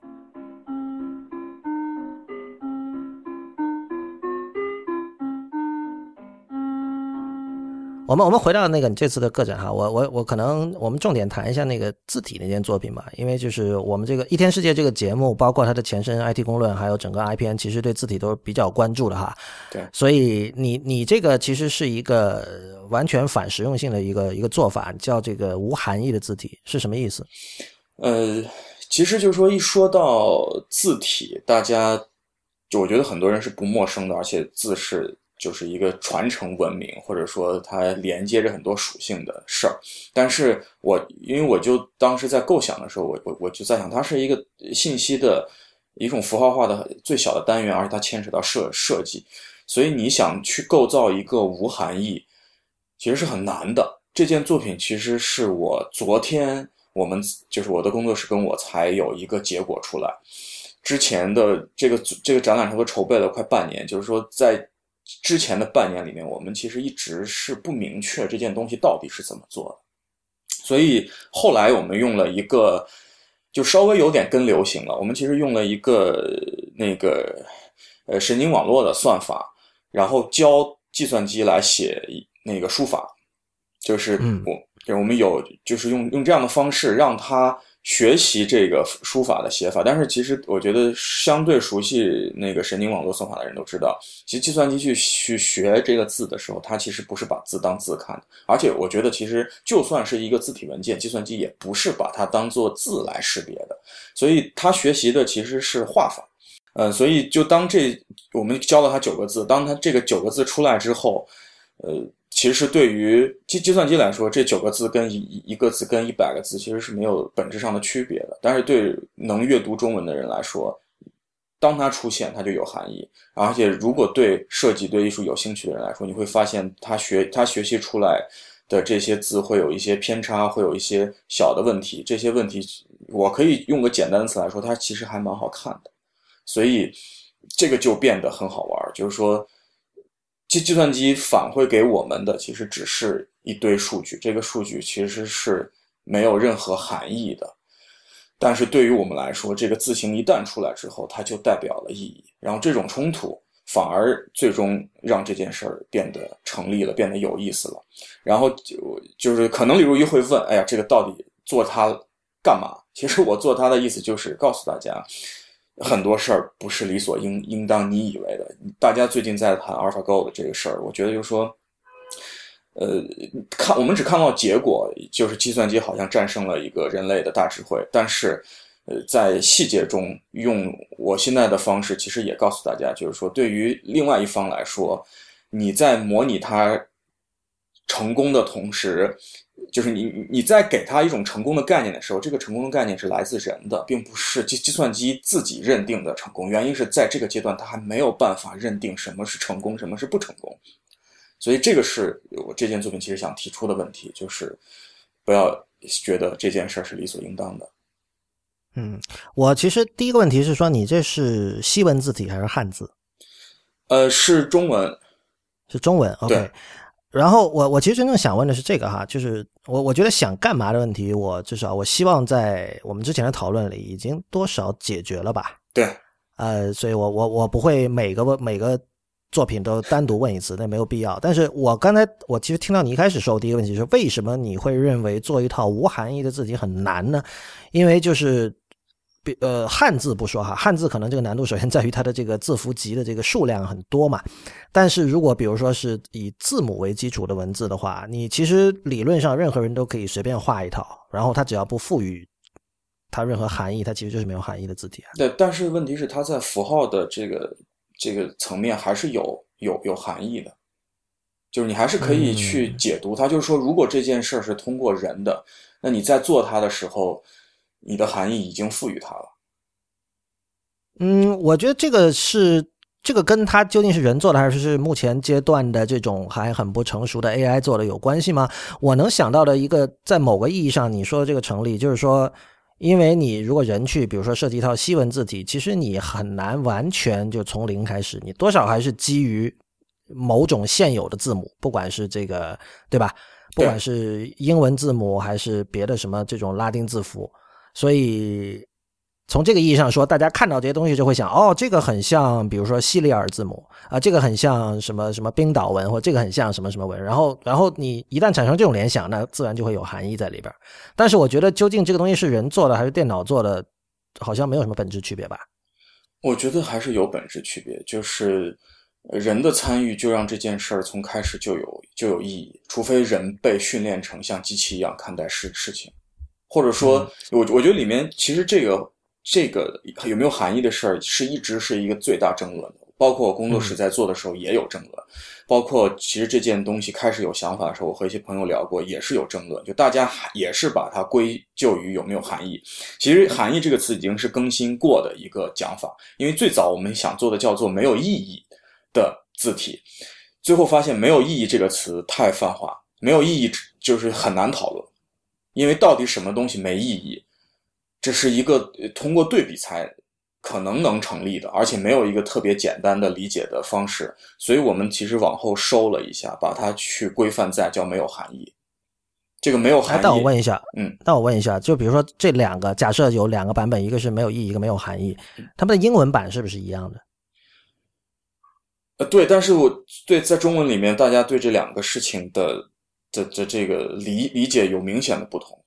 我们我们回到那个你这次的个展哈，我我我可能我们重点谈一下那个字体那件作品吧，因为就是我们这个一天世界这个节目，包括它的前身 I T 公论，还有整个 I P N， 其实对字体都是比较关注的哈。 对， 所以你你这个其实是一个完全反实用性的一个一个做法，叫这个无含义的字体，是什么意思？ 呃，其实就是说一说到字体，大家就我觉得很多人是不陌生的，而且字是就是一个传承文明，或者说它连接着很多属性的事儿。但是我因为我就当时在构想的时候，我我我就在想，它是一个信息的一种符号化的最小的单元，而且它牵扯到设设计，所以你想去构造一个无含义，其实是很难的。这件作品其实是我昨天我们就是我的工作室跟我才有一个结果出来，之前的这个这个展览差不多筹备了快半年，就是说在之前的半年里面，我们其实一直是不明确这件东西到底是怎么做的，所以后来我们用了一个就稍微有点跟流行了，我们其实用了一个那个呃神经网络的算法，然后教计算机来写那个书法，就是我我们有就是用用这样的方式让它学习这个书法的写法。但是其实我觉得相对熟悉那个神经网络算法的人都知道，其实计算机去去学这个字的时候，它其实不是把字当字看的，而且我觉得其实就算是一个字体文件，计算机也不是把它当做字来识别的，所以它学习的其实是画法。呃，所以就当这我们教了它九个字，当它这个九个字出来之后，呃其实对于计计算机来说，这九个字跟一一个字跟一百个字其实是没有本质上的区别的。但是对能阅读中文的人来说，当它出现，它就有含义。而且如果对设计、对艺术有兴趣的人来说，你会发现他学他学习出来的这些字会有一些偏差，会有一些小的问题。这些问题，我可以用个简单的词来说，它其实还蛮好看的。所以这个就变得很好玩，就是说。计计算机反馈给我们的其实只是一堆数据，这个数据其实是没有任何含义的。但是对于我们来说，这个字形一旦出来之后，它就代表了意义。然后这种冲突反而最终让这件事儿变得成立了，变得有意思了。然后就就是可能李如一会问，哎呀，这个到底做它干嘛？其实我做它的意思就是告诉大家，很多事儿不是理所应应当你以为的。大家最近在谈 AlphaGo 的这个事儿，我觉得就是说，呃，看我们只看到结果，就是计算机好像战胜了一个人类的大智慧，但是，呃，在细节中，用我现在的方式，其实也告诉大家，就是说，对于另外一方来说，你在模拟它成功的同时，就是你你在给它一种成功的概念的时候，这个成功的概念是来自人的，并不是计计算机自己认定的成功。原因是在这个阶段，它还没有办法认定什么是成功，什么是不成功。所以这个是我这件作品其实想提出的问题，就是不要觉得这件事是理所应当的。 嗯，我其实第一个问题是说，你这是西文字体还是汉字？ 呃，是中文， 是中文。OK。然后我我其实真正想问的是这个哈，就是我我觉得想干嘛的问题，我至少我希望在我们之前的讨论里已经多少解决了吧？ 对， 呃，所以我我我不会每个每个作品都单独问一次，那没有必要。但是我刚才我其实听到你一开始说，第一个问题是为什么你会认为做一套无含义的字体很难呢？因为就是呃，汉字不说哈，汉字可能这个难度首先在于它的这个字符集的这个数量很多嘛。但是如果比如说是以字母为基础的文字的话，你其实理论上任何人都可以随便画一套，然后它只要不赋予它任何含义，它其实就是没有含义的字体啊。 对，但是问题是它在符号的这个这个层面还是有有有含义的，就是你还是可以去解读它。嗯、就是说，如果这件事是通过人的，那你在做它的时候，你的含义已经赋予它了。 嗯，我觉得这个是这个跟它究竟是人做的还是目前阶段的这种还很不成熟的 A I 做的有关系吗？我能想到的一个在某个意义上你说的这个成立，就是说因为你如果人去比如说设计一套西文字体，其实你很难完全就从零开始，你多少还是基于某种现有的字母，不管是这个对吧，不管是英文字母还是别的什么这种拉丁字符。所以从这个意义上说，大家看到这些东西就会想，哦，这个很像比如说西里尔字母啊、呃，这个很像什么什么冰岛文，或这个很像什么什么文，然后然后你一旦产生这种联想，那自然就会有含义在里边。但是我觉得究竟这个东西是人做的还是电脑做的，好像没有什么本质区别吧。 我觉得还是有本质区别，就是人的参与就让这件事儿从开始就有就有意义，除非人被训练成像机器一样看待事事情。或者说我我觉得里面其实这个这个有没有含义的事儿是一直是一个最大争论的，包括我工作室在做的时候也有争论，包括其实这件东西开始有想法的时候，我和一些朋友聊过也是有争论，就大家也是把它归咎于有没有含义。其实含义这个词已经是更新过的一个讲法，因为最早我们想做的叫做没有意义的字体，最后发现没有意义这个词太泛化，没有意义就是很难讨论，因为到底什么东西没意义，这是一个通过对比才可能能成立的，而且没有一个特别简单的理解的方式，所以我们其实往后收了一下，把它去规范在叫没有含义。这个没有含义， 但我问一下， 嗯， 但我问一下，就比如说这两个，假设有两个版本，一个是没有意义，一个没有含义，他们的英文版是不是一样的？ 呃，对，但是我对在中文里面，大家对这两个事情的这这这个理理解有明显的不同。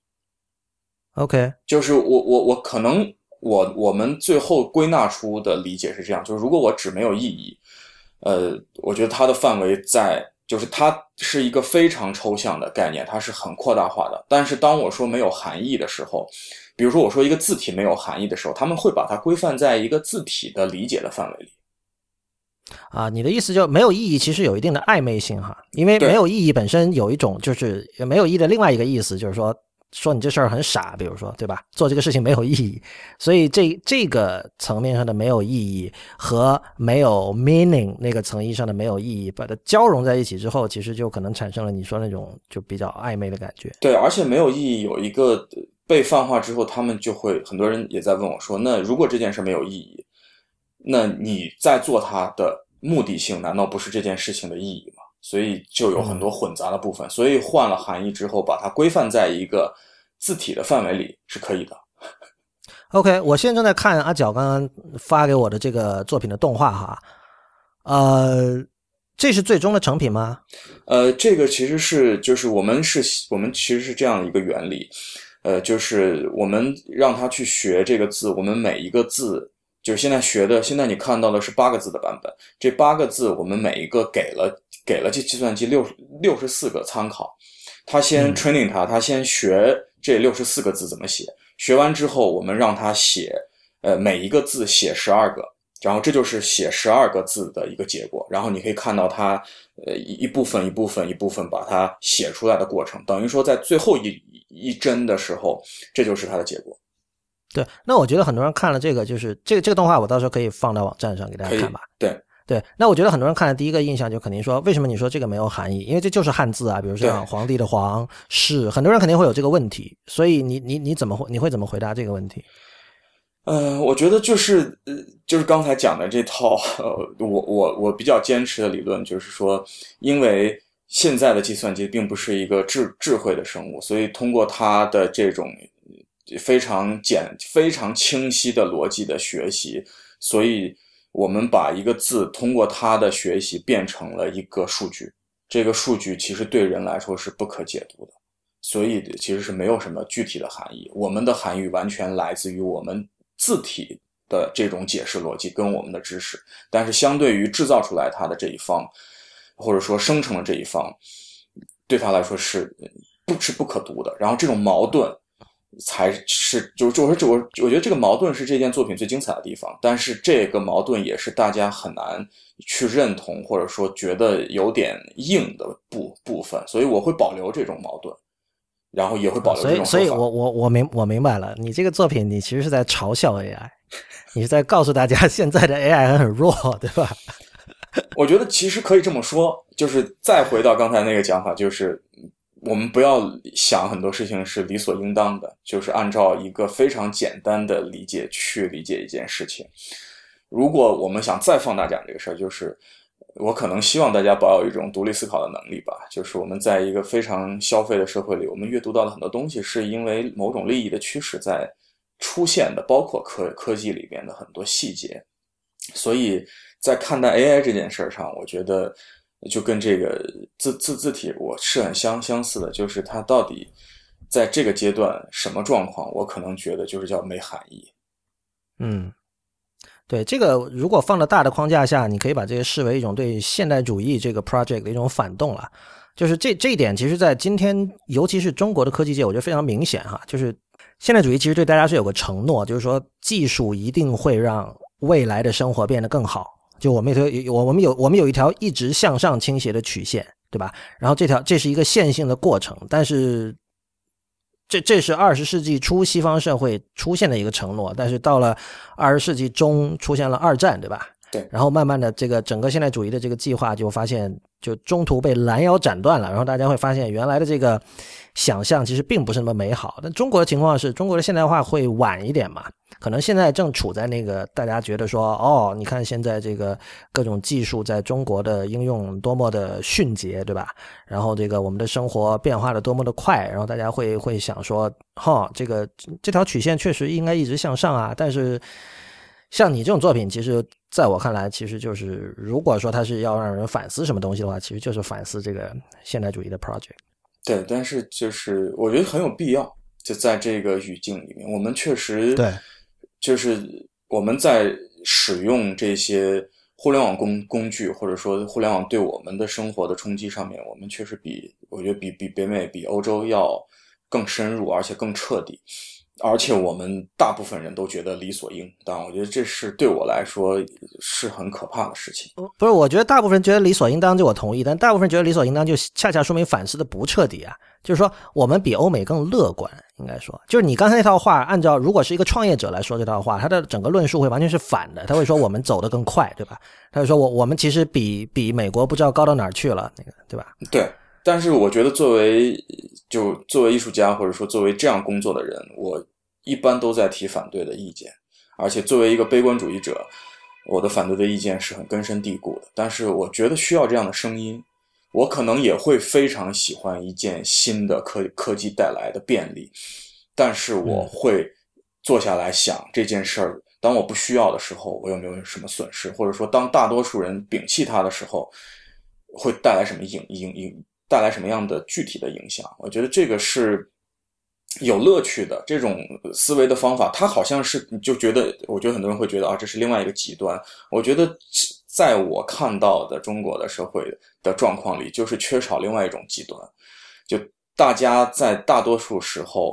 OK， 就是我我我可能我我们最后归纳出的理解是这样，就是如果我只没有意义，呃，我觉得它的范围在，就是它是一个非常抽象的概念，它是很扩大化的。但是当我说没有含义的时候，比如说我说一个字体没有含义的时候，他们会把它规范在一个字体的理解的范围里。 啊，你的意思就没有意义，其实有一定的暧昧性哈，因为没有意义本身有一种就是没有意义的另外一个意思，就是说说你这事儿很傻，比如说对吧？做这个事情没有意义，所以这这个层面上的没有意义和没有 meaning 那个层义上的没有意义，把它交融在一起之后，其实就可能产生了你说那种就比较暧昧的感觉。 对，而且没有意义有一个被泛化之后，他们就会很多人也在问我说，那如果这件事没有意义，那你在做它的目的性难道不是这件事情的意义吗？所以就有很多混杂的部分、嗯、所以换了含义之后把它规范在一个字体的范围里是可以的。 OK， 我现在正在看阿角刚刚发给我的这个作品的动画哈，呃，这是最终的成品吗？ 呃，这个其实是就是我们是我们其实是这样一个原理，呃，就是我们让他去学这个字，我们每一个字就是现在学的，现在你看到的是八个字的版本，这八个字我们每一个给了给了这计算机六六十四个参考，他先 training 他，他先学这六十四个字怎么写，学完之后我们让他写，呃，每一个字写十二个， 然后这就是写十二个字的一个结果，然后你可以看到它呃一部分一部分一部分把它写出来的过程，等于说在最后一一帧的时候，这就是它的结果。 对，那我觉得很多人看了这个，就是这个这个动画，我到时候可以放到网站上给大家看吧。 对对，那我觉得很多人看了第一个印象就肯定说，为什么你说这个没有含义？因为这就是汉字啊，比如像皇帝的皇是，很多人肯定会有这个问题，所以你你你怎么会你会怎么回答这个问题？ 呃，我觉得就是呃，就是刚才讲的这套，呃，我我我比较坚持的理论就是说，因为现在的计算机并不是一个智智慧的生物，所以通过它的这种非常简、非常清晰的逻辑的学习，所以我们把一个字通过它的学习变成了一个数据，这个数据其实对人来说是不可解读的。所以其实是没有什么具体的含义，我们的含义完全来自于我们字体的这种解释逻辑跟我们的知识，但是相对于制造出来它的这一方，或者说生成的这一方，对他来说是不是不可读的。然后这种矛盾才是，就就我说我我觉得这个矛盾是这件作品最精彩的地方，但是这个矛盾也是大家很难去认同或者说觉得有点硬的部部分，所以我会保留这种矛盾。然后也会保留这种说法。 所以，所以我我我明我明白了，你这个作品你其实是在嘲笑 A I， 你是在告诉大家现在的 A I 很弱，对吧？ 我觉得其实可以这么说，就是再回到刚才那个讲法，就是我们不要想很多事情是理所应当的，就是按照一个非常简单的理解去理解一件事情。如果我们想再放大讲这个事儿，就是我可能希望大家保有一种独立思考的能力吧，就是我们在一个非常消费的社会里，我们阅读到的很多东西是因为某种利益的驱使在出现的，包括科科技里边的很多细节。所以在看待 A I 这件事上，我觉得就跟这个字字字体我是很相相似的，就是它到底在这个阶段什么状况，我可能觉得就是叫没含义。 嗯。对，这个如果放到大的框架下，你可以把这个视为一种对现代主义这个 project 的一种反动了。就是这这一点，其实在今天，尤其是中国的科技界，我觉得非常明显哈。就是现代主义其实对大家是有个承诺，就是说技术一定会让未来的生活变得更好。就我们有我们有我们有一条一直向上倾斜的曲线，对吧？然后这条这是一个线性的过程，但是。这这是二十世纪初西方社会出现的一个承诺，但是到了二十世纪中出现了二战，对吧？ 对。 然后慢慢的这个整个现代主义的这个计划就发现就中途被拦腰斩断了，然后大家会发现原来的这个想象其实并不是那么美好。但中国的情况是中国的现代化会晚一点嘛，可能现在正处在那个大家觉得说哦，你看现在这个各种技术在中国的应用多么的迅捷，对吧？然后这个我们的生活变化的多么的快，然后大家会会想说哈，这个这条曲线确实应该一直向上啊。但是像你这种作品，其实在我看来其实就是如果说它是要让人反思什么东西的话，其实就是反思这个现代主义的 project。 对，但是就是我觉得很有必要，就在这个语境里面，我们确实对， 就是我们在使用这些互联网工工具，或者说互联网对我们的生活的冲击上面，我们确实比我觉得比比北美比欧洲要更深入，而且更彻底，而且我们大部分人都觉得理所应当。我觉得这是对我来说是很可怕的事情。 不是，我觉得大部分人觉得理所应当，就我同意，但大部分人觉得理所应当就恰恰说明反思的不彻底啊。就是说我们比欧美更乐观，应该说就是你刚才那套话，按照如果是一个创业者来说这套话，他的整个论述会完全是反的。他会说我们走得更快，对吧？他会说我我们其实比比美国不知道高到哪儿去了，那个对吧？ 对，但是我觉得作为就作为艺术家，或者说作为这样工作的人，我一般都在提反对的意见，而且作为一个悲观主义者，我的反对的意见是很根深蒂固的。但是我觉得需要这样的声音，我可能也会非常喜欢一件新的科科技带来的便利，但是我会坐下来想这件事儿，当我不需要的时候，我有没有什么损失，或者说当大多数人摒弃它的时候，会带来什么影影影带来什么样的具体的影响。我觉得这个是有乐趣的，这种思维的方法，它好像是你就觉得，我觉得很多人会觉得啊，这是另外一个极端。我觉得在我看到的中国的社会的状况里，就是缺少另外一种极端，就大家在大多数时候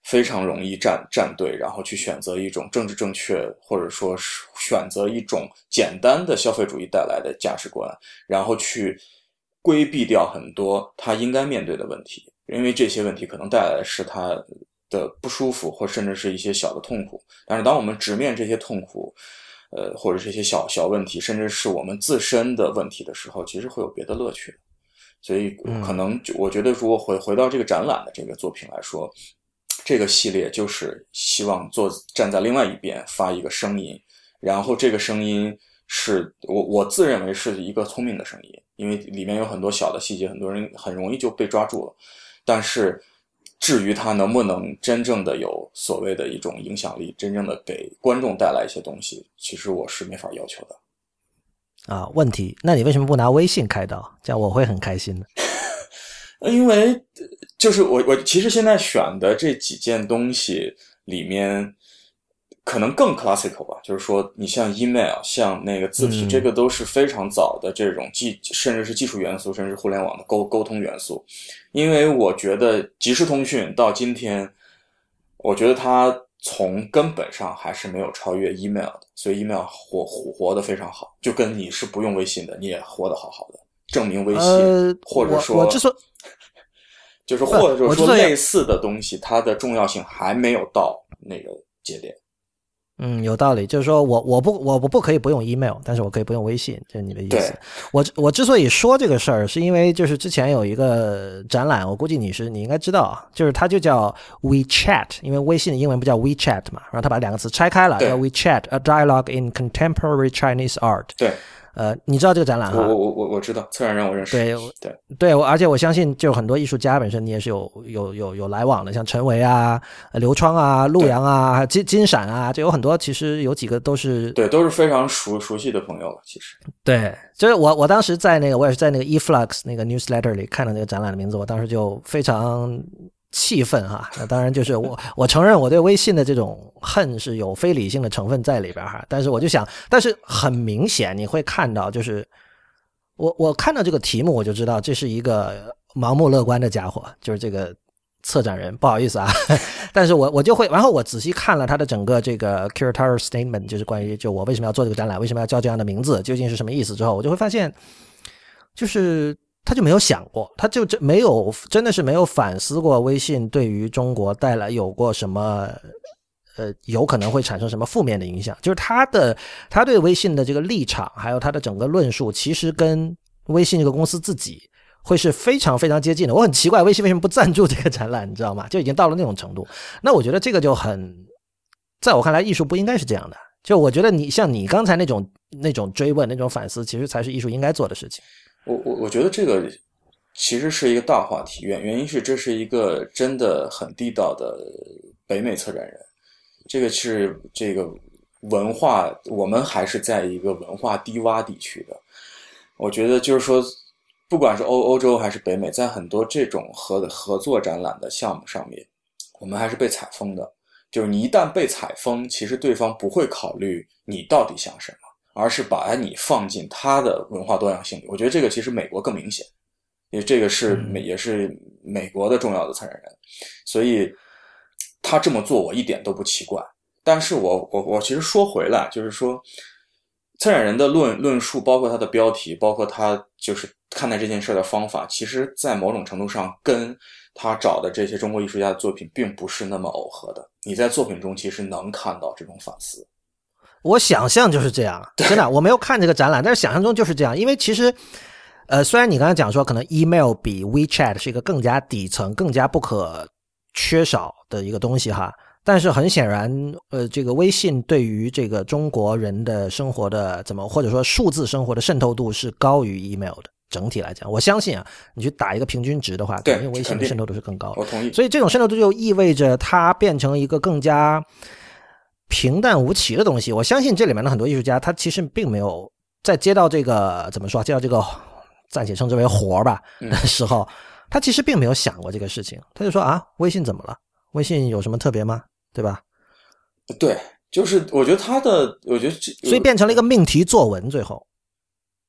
非常容易站站队，然后去选择一种政治正确，或者说是选择一种简单的消费主义带来的价值观，然后去规避掉很多他应该面对的问题，因为这些问题可能带来的是他的不舒服，或甚至是一些小的痛苦。但是当我们直面这些痛苦，呃，或者这些小小问题，甚至是我们自身的问题的时候，其实会有别的乐趣。所以可能我觉得如果回回到这个展览的这个作品来说，这个系列就是希望做站在另外一边发一个声音，然后这个声音是我我自认为是一个聪明的声音，因为里面有很多小的细节，很多人很容易就被抓住了。但是至于它能不能真正的有所谓的一种影响力，真正的给观众带来一些东西，其实我是没法要求的。 啊，问题，那你为什么不拿微信开刀？这样我会很开心的。 因为就是我我其实现在选的这几件东西里面，可能更 classical 吧，就是说你像 email 像那个字体、嗯、这个都是非常早的这种技甚至是技术元素，甚至是互联网的沟沟通元素。因为我觉得即时通讯到今天，我觉得它从根本上还是没有超越 email 的，所以 email 活活活得非常好，就跟你是不用微信的你也活得好好的，证明微信、呃、或者说我我之所就是或者说类似的东西它的重要性还没有到那个节点。 嗯，有道理，就是说我我不我不可以不用 email， 但是我可以不用微信，这是你的意思。我我之所以说这个事儿，是因为就是之前有一个展览，我估计你是你应该知道，就是它就叫 WeChat， 因为微信的英文不叫 WeChat 嘛，然后他把两个词拆开了，叫 WeChat A Dialogue in Contemporary Chinese Art。 对。 呃，你知道这个展览哈？ 我我我我知道，策展人我认识。 对对对，而且我相信，就很多艺术家本身你也是有有有有来往的，像陈维啊、刘窗啊、陆阳啊、金金闪啊，就有很多，其实有几个都是对，都是非常熟熟悉的朋友了。其实对，就是我我当时在那个我也是在那个 eFlux 那个 newsletter 里看到那个展览的名字，我当时就非常气愤哈。那当然就是我我承认我对微信的这种恨是有非理性的成分在里边哈，但是我就想，但是很明显你会看到，就是我我看到这个题目我就知道这是一个盲目乐观的家伙，就是这个策展人，不好意思啊，但是我我就会，然后我仔细看了他的整个这个 curatorial statement， 就是关于就我为什么要做这个展览，为什么要叫这样的名字，究竟是什么意思之后，我就会发现，就是他就没有想过，他就没有真的是没有反思过微信对于中国带来有过什么呃有可能会产生什么负面的影响，就是他的他对微信的这个立场还有他的整个论述其实跟微信这个公司自己会是非常非常接近的。我很奇怪微信为什么不赞助这个展览，你知道吗？就已经到了那种程度。那我觉得这个就很，在我看来艺术不应该是这样的，就我觉得你像你刚才那种那种追问那种反思，其实才是艺术应该做的事情。 我我我觉得这个其实是一个大话题，原原因是这是一个真的很地道的北美策展人，这个是这个文化，我们还是在一个文化低洼地区的。我觉得就是说，不管是欧欧洲还是北美，在很多这种合合作展览的项目上面，我们还是被采风的。就是你一旦被采风，其实对方不会考虑你到底想什么，而是把你放进他的文化多样性里。我觉得这个其实美国更明显，因为这个是美也是美国的重要的策展人，所以他这么做我一点都不奇怪。但是我我我其实说回来，就是说策展人的论论述，包括他的标题，包括他就是看待这件事的方法，其实在某种程度上跟他找的这些中国艺术家的作品并不是那么耦合的。你在作品中其实能看到这种反思。 我想象就是这样，真的，我没有看这个展览，但是想象中就是这样。因为其实呃，虽然你刚才讲说可能 email 比 WeChat 是一个更加底层更加不可缺少的一个东西哈，但是很显然呃，这个微信对于这个中国人的生活的怎么或者说数字生活的渗透度是高于 email 的。整体来讲我相信啊，你去打一个平均值的话，肯定微信的渗透度是更高的。 我同意。 所以这种渗透度就意味着它变成一个更加平淡无奇的东西。我相信这里面的很多艺术家他其实并没有在接到这个怎么说接到这个暂且称之为活吧的时候、嗯、他其实并没有想过这个事情，他就说啊，微信怎么了？微信有什么特别吗？对吧？ 对，就是我觉得他的我觉得所以变成了一个命题作文。最后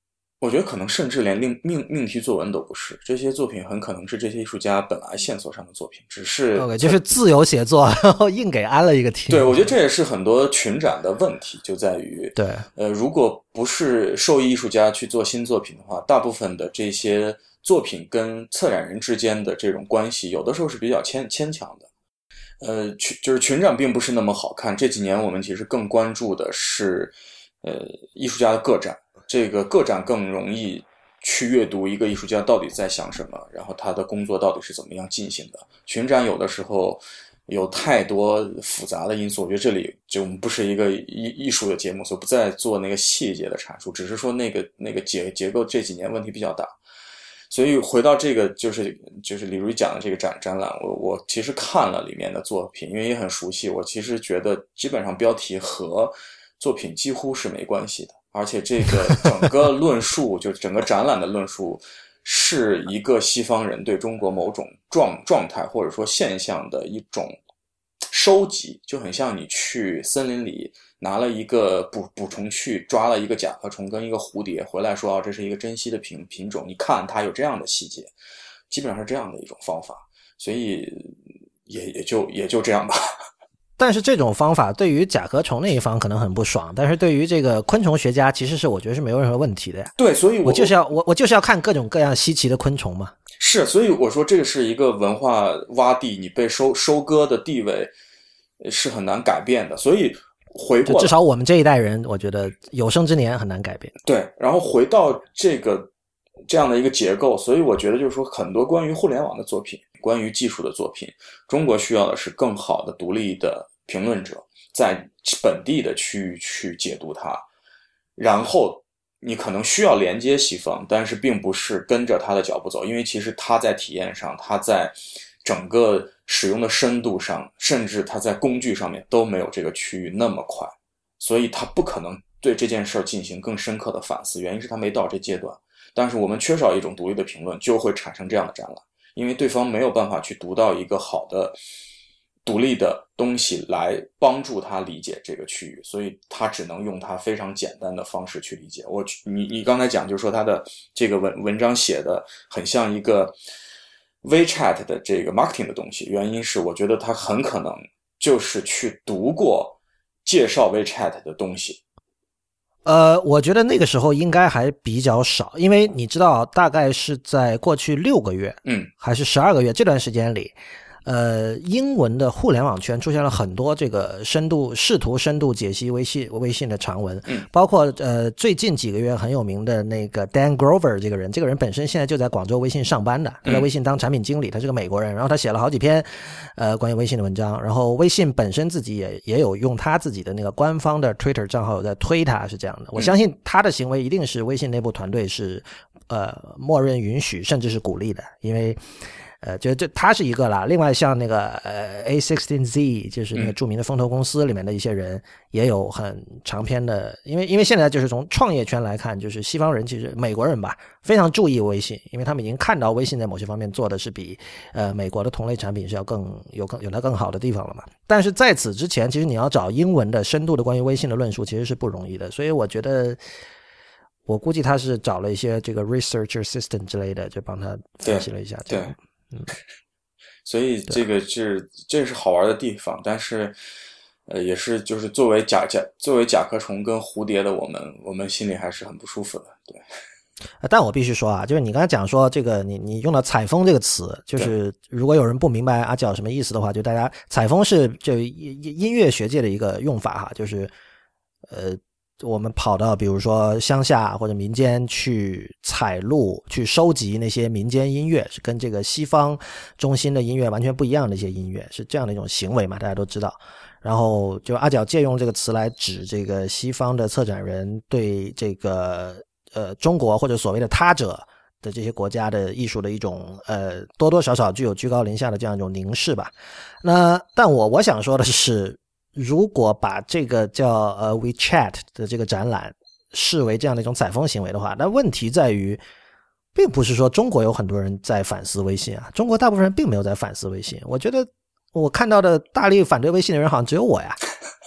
我觉得可能甚至连命命命题作文都不是，这些作品很可能是这些艺术家本来线索上的作品，只是 OK 就是自由写作，然后硬给安了一个题。 对，我觉得这也是很多群展的问题，就在于对， 呃，如果不是受益艺术家去做新作品的话，大部分的这些作品跟策展人之间的这种关系，有的时候是比较牵牵强的。呃，群就是群展并不是那么好看。这几年我们其实更关注的是，呃，艺术家的个展。这个个展更容易去阅读一个艺术家到底在想什么，然后他的工作到底是怎么样进行的。群展有的时候有太多复杂的因素，我觉得这里就我们不是一个艺艺术的节目，所以不再做那个细节的阐述，只是说那个那个结结构这几年问题比较大。所以回到这个就是就是李如意讲的这个展展览，我我其实看了里面的作品，因为也很熟悉，我其实觉得基本上标题和作品几乎是没关系的。而且这个整个论述，就整个展览的论述，是一个西方人对中国某种状状态或者说现象的一种收集，就很像你去森林里拿了一个捕捕虫器，抓了一个甲壳虫跟一个蝴蝶回来说，哦，这是一个珍稀的品品种，你看它有这样的细节，基本上是这样的一种方法，所以也也就也就这样吧。 但是这种方法对于甲壳虫那一方可能很不爽，但是对于这个昆虫学家其实是我觉得是没有任何问题的呀。 对，所以 我, 我就是要我我就是要看各种各样稀奇的昆虫嘛。 是，所以我说这个是一个文化洼地，你被收收割的地位是很难改变的。所以回过至少我们这一代人，我觉得有生之年很难改变。 对，然后回到这个这样的一个结构，所以我觉得就是说很多关于互联网的作品，关于技术的作品，中国需要的是更好的独立的评论者，在本地的区域去解读它，然后你可能需要连接西方，但是并不是跟着他的脚步走，因为其实他在体验上，他在整个使用的深度上，甚至他在工具上面都没有这个区域那么快，所以他不可能对这件事进行更深刻的反思，原因是他没到这阶段。但是我们缺少一种独立的评论，就会产生这样的展览，因为对方没有办法去读到一个好的独立的东西来帮助他理解这个区域，所以他只能用他非常简单的方式去理解。我你你刚才讲就是说他的这个文文章写的很像一个 WeChat 的这个 marketing 的东西，原因是我觉得他很可能就是去读过介绍 WeChat 的东西。 呃，我觉得那个时候应该还比较少，因为你知道，大概是在过去六个月， 嗯， 还是十二个月这段时间里，呃，英文的互联网圈出现了很多这个深度试图深度解析微信微信的长文， 嗯， 包括呃最近几个月很有名的那个 Dan Grover 这个人，这个人本身现在就在广州微信上班的，他在微信当产品经理，他是个美国人，然后他写了好几篇呃关于微信的文章，然后微信本身自己也也有用他自己的那个官方的 Twitter 账号有在推他，是这样的。我相信他的行为一定是微信内部团队是呃默认允许甚至是鼓励的，因为呃，就这他是一个啦。另外像那个呃 A 十六 Z， 就是那个著名的风投公司里面的一些人，也有很长篇的。因为因为现在就是从创业圈来看，就是西方人其实美国人吧，非常注意微信，因为他们已经看到微信在某些方面做的是比呃美国的同类产品是要更有更有它更好的地方了嘛。但是在此之前，其实你要找英文的深度的关于微信的论述，其实是不容易的。所以我觉得。我估计他是找了一些这个 research assistant 之类的，就帮他分析了一下。 对，对嗯，所以这个是这是好玩的地方，但是呃，也是就是作为甲甲作为甲壳虫跟蝴蝶的我们，我们心里还是很不舒服的。对， 但我必须说啊，就是你刚才讲说这个，你你用了采风这个词，就是如果有人不明白阿角什么意思的话，就大家采风是就音乐学界的一个用法哈，就是呃。我们跑到比如说乡下或者民间去采录去收集那些民间音乐，是跟这个西方中心的音乐完全不一样的一些音乐，是这样的一种行为嘛，大家都知道。然后就阿角借用这个词来指这个西方的策展人对这个呃中国或者所谓的他者的这些国家的艺术的一种呃多多少少具有居高临下的这样一种凝视吧。那但我我想说的是，如果把这个叫呃 WeChat 的这个展览视为这样的一种采风行为的话，那问题在于并不是说中国有很多人在反思微信啊，中国大部分人并没有在反思微信。我觉得我看到的大力反对微信的人好像只有我呀。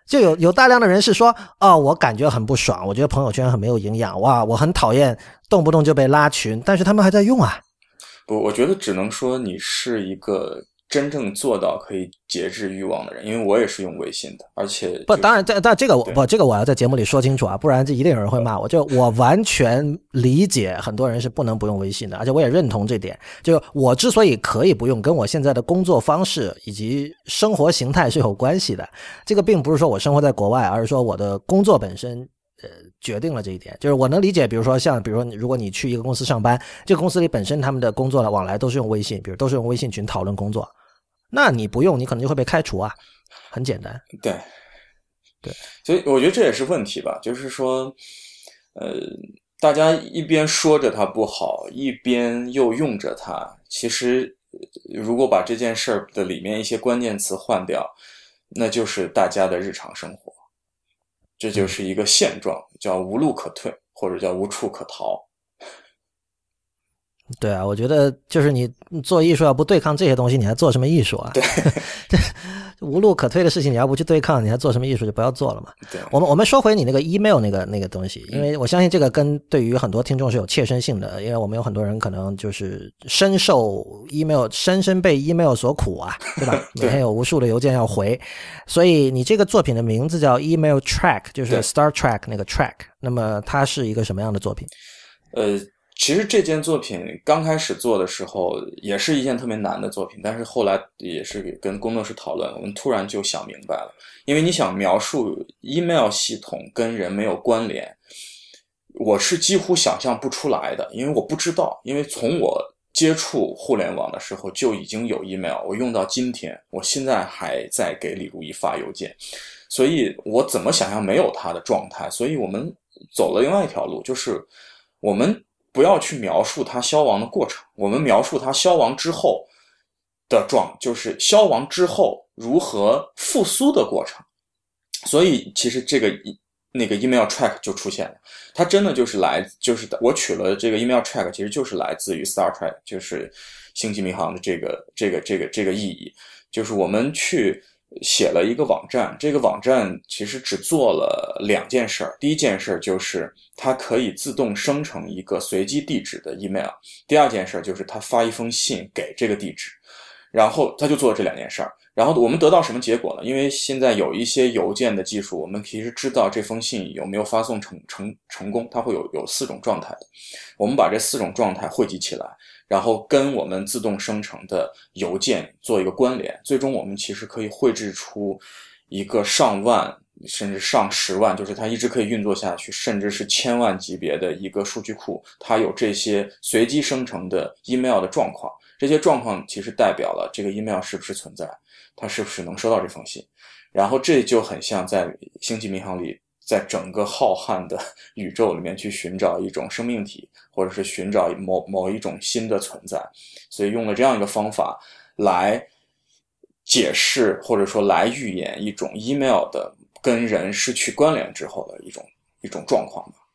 就有有大量的人是说，哦，我感觉很不爽，我觉得朋友圈很没有营养，哇，我很讨厌动不动就被拉群，但是他们还在用啊。 不，我觉得只能说你是一个真正做到可以节制欲望的人，因为我也是用微信的，而且、就是、 不，当然，这但这个我不，这个我要在节目里说清楚啊，不然这一定有人会骂我。就我完全理解很多人是不能不用微信的，而且我也认同这点。就我之所以可以不用，跟我现在的工作方式以及生活形态是有关系的。这个并不是说我生活在国外，而是说我的工作本身。呃，决定了这一点，就是我能理解，比如说像，比如说如果你去一个公司上班，这个公司里本身他们的工作的往来都是用微信，比如都是用微信群讨论工作，那你不用，你可能就会被开除啊，很简单。 对， 对， 所以我觉得这也是问题吧，就是说，呃，大家一边说着它不好，一边又用着它，其实如果把这件事儿的里面一些关键词换掉，那就是大家的日常生活。这就是一个现状，叫无路可退，或者叫无处可逃。 对啊，我觉得就是你做艺术要不对抗这些东西，你还做什么艺术啊？ 对， 无路可退的事情你要不去对抗，你还做什么艺术就不要做了嘛。 对， 我们我们说回你那个 email 那个那个东西，因为我相信这个跟对于很多听众是有切身性的，因为我们有很多人可能就是深受 email 深深被 email 所苦啊，对吧？每天有无数的邮件要回，所以你这个作品的名字叫 Email Track， 就是 Star Trek 那个 Track， 那么它是一个什么样的作品？ 呃。其实这件作品刚开始做的时候也是一件特别难的作品，但是后来也是跟工作室讨论，我们突然就想明白了，因为你想描述 email 系统跟人没有关联，我是几乎想象不出来的，因为我不知道，因为从我接触互联网的时候就已经有 email， 我用到今天，我现在还在给李如一发邮件，所以我怎么想象没有它的状态？所以我们走了另外一条路，就是我们不要去描述它消亡的过程，我们描述它消亡之后的状，就是消亡之后如何复苏的过程。所以其实这个那个 email track 就出现了，它真的就是来，就是我取了这个 email track， 其实就是来自于 Star Trek， 就是星际迷航的这个这个这个这个意义，就是我们去写了一个网站，这个网站其实只做了两件事儿。第一件事就是它可以自动生成一个随机地址的 email， 第二件事就是它发一封信给这个地址，然后它就做了这两件事儿。然后我们得到什么结果呢？因为现在有一些邮件的技术，我们其实知道这封信有没有发送成成成功，它会有有四种状态的。我们把这四种状态汇集起来，然后跟我们自动生成的邮件做一个关联，最终我们其实可以绘制出一个上万甚至上十万，就是它一直可以运作下去，甚至是千万级别的一个数据库，它有这些随机生成的 email 的状况，这些状况其实代表了这个 email 是不是存在，它是不是能收到这封信。然后这就很像在星际迷航里，在整个浩瀚的宇宙里面去寻找一种生命体，或者是寻找某某一种新的存在，所以用了这样一个方法来解释或者说来预演一种 email 的跟人失去关联之后的一种一种状况吧。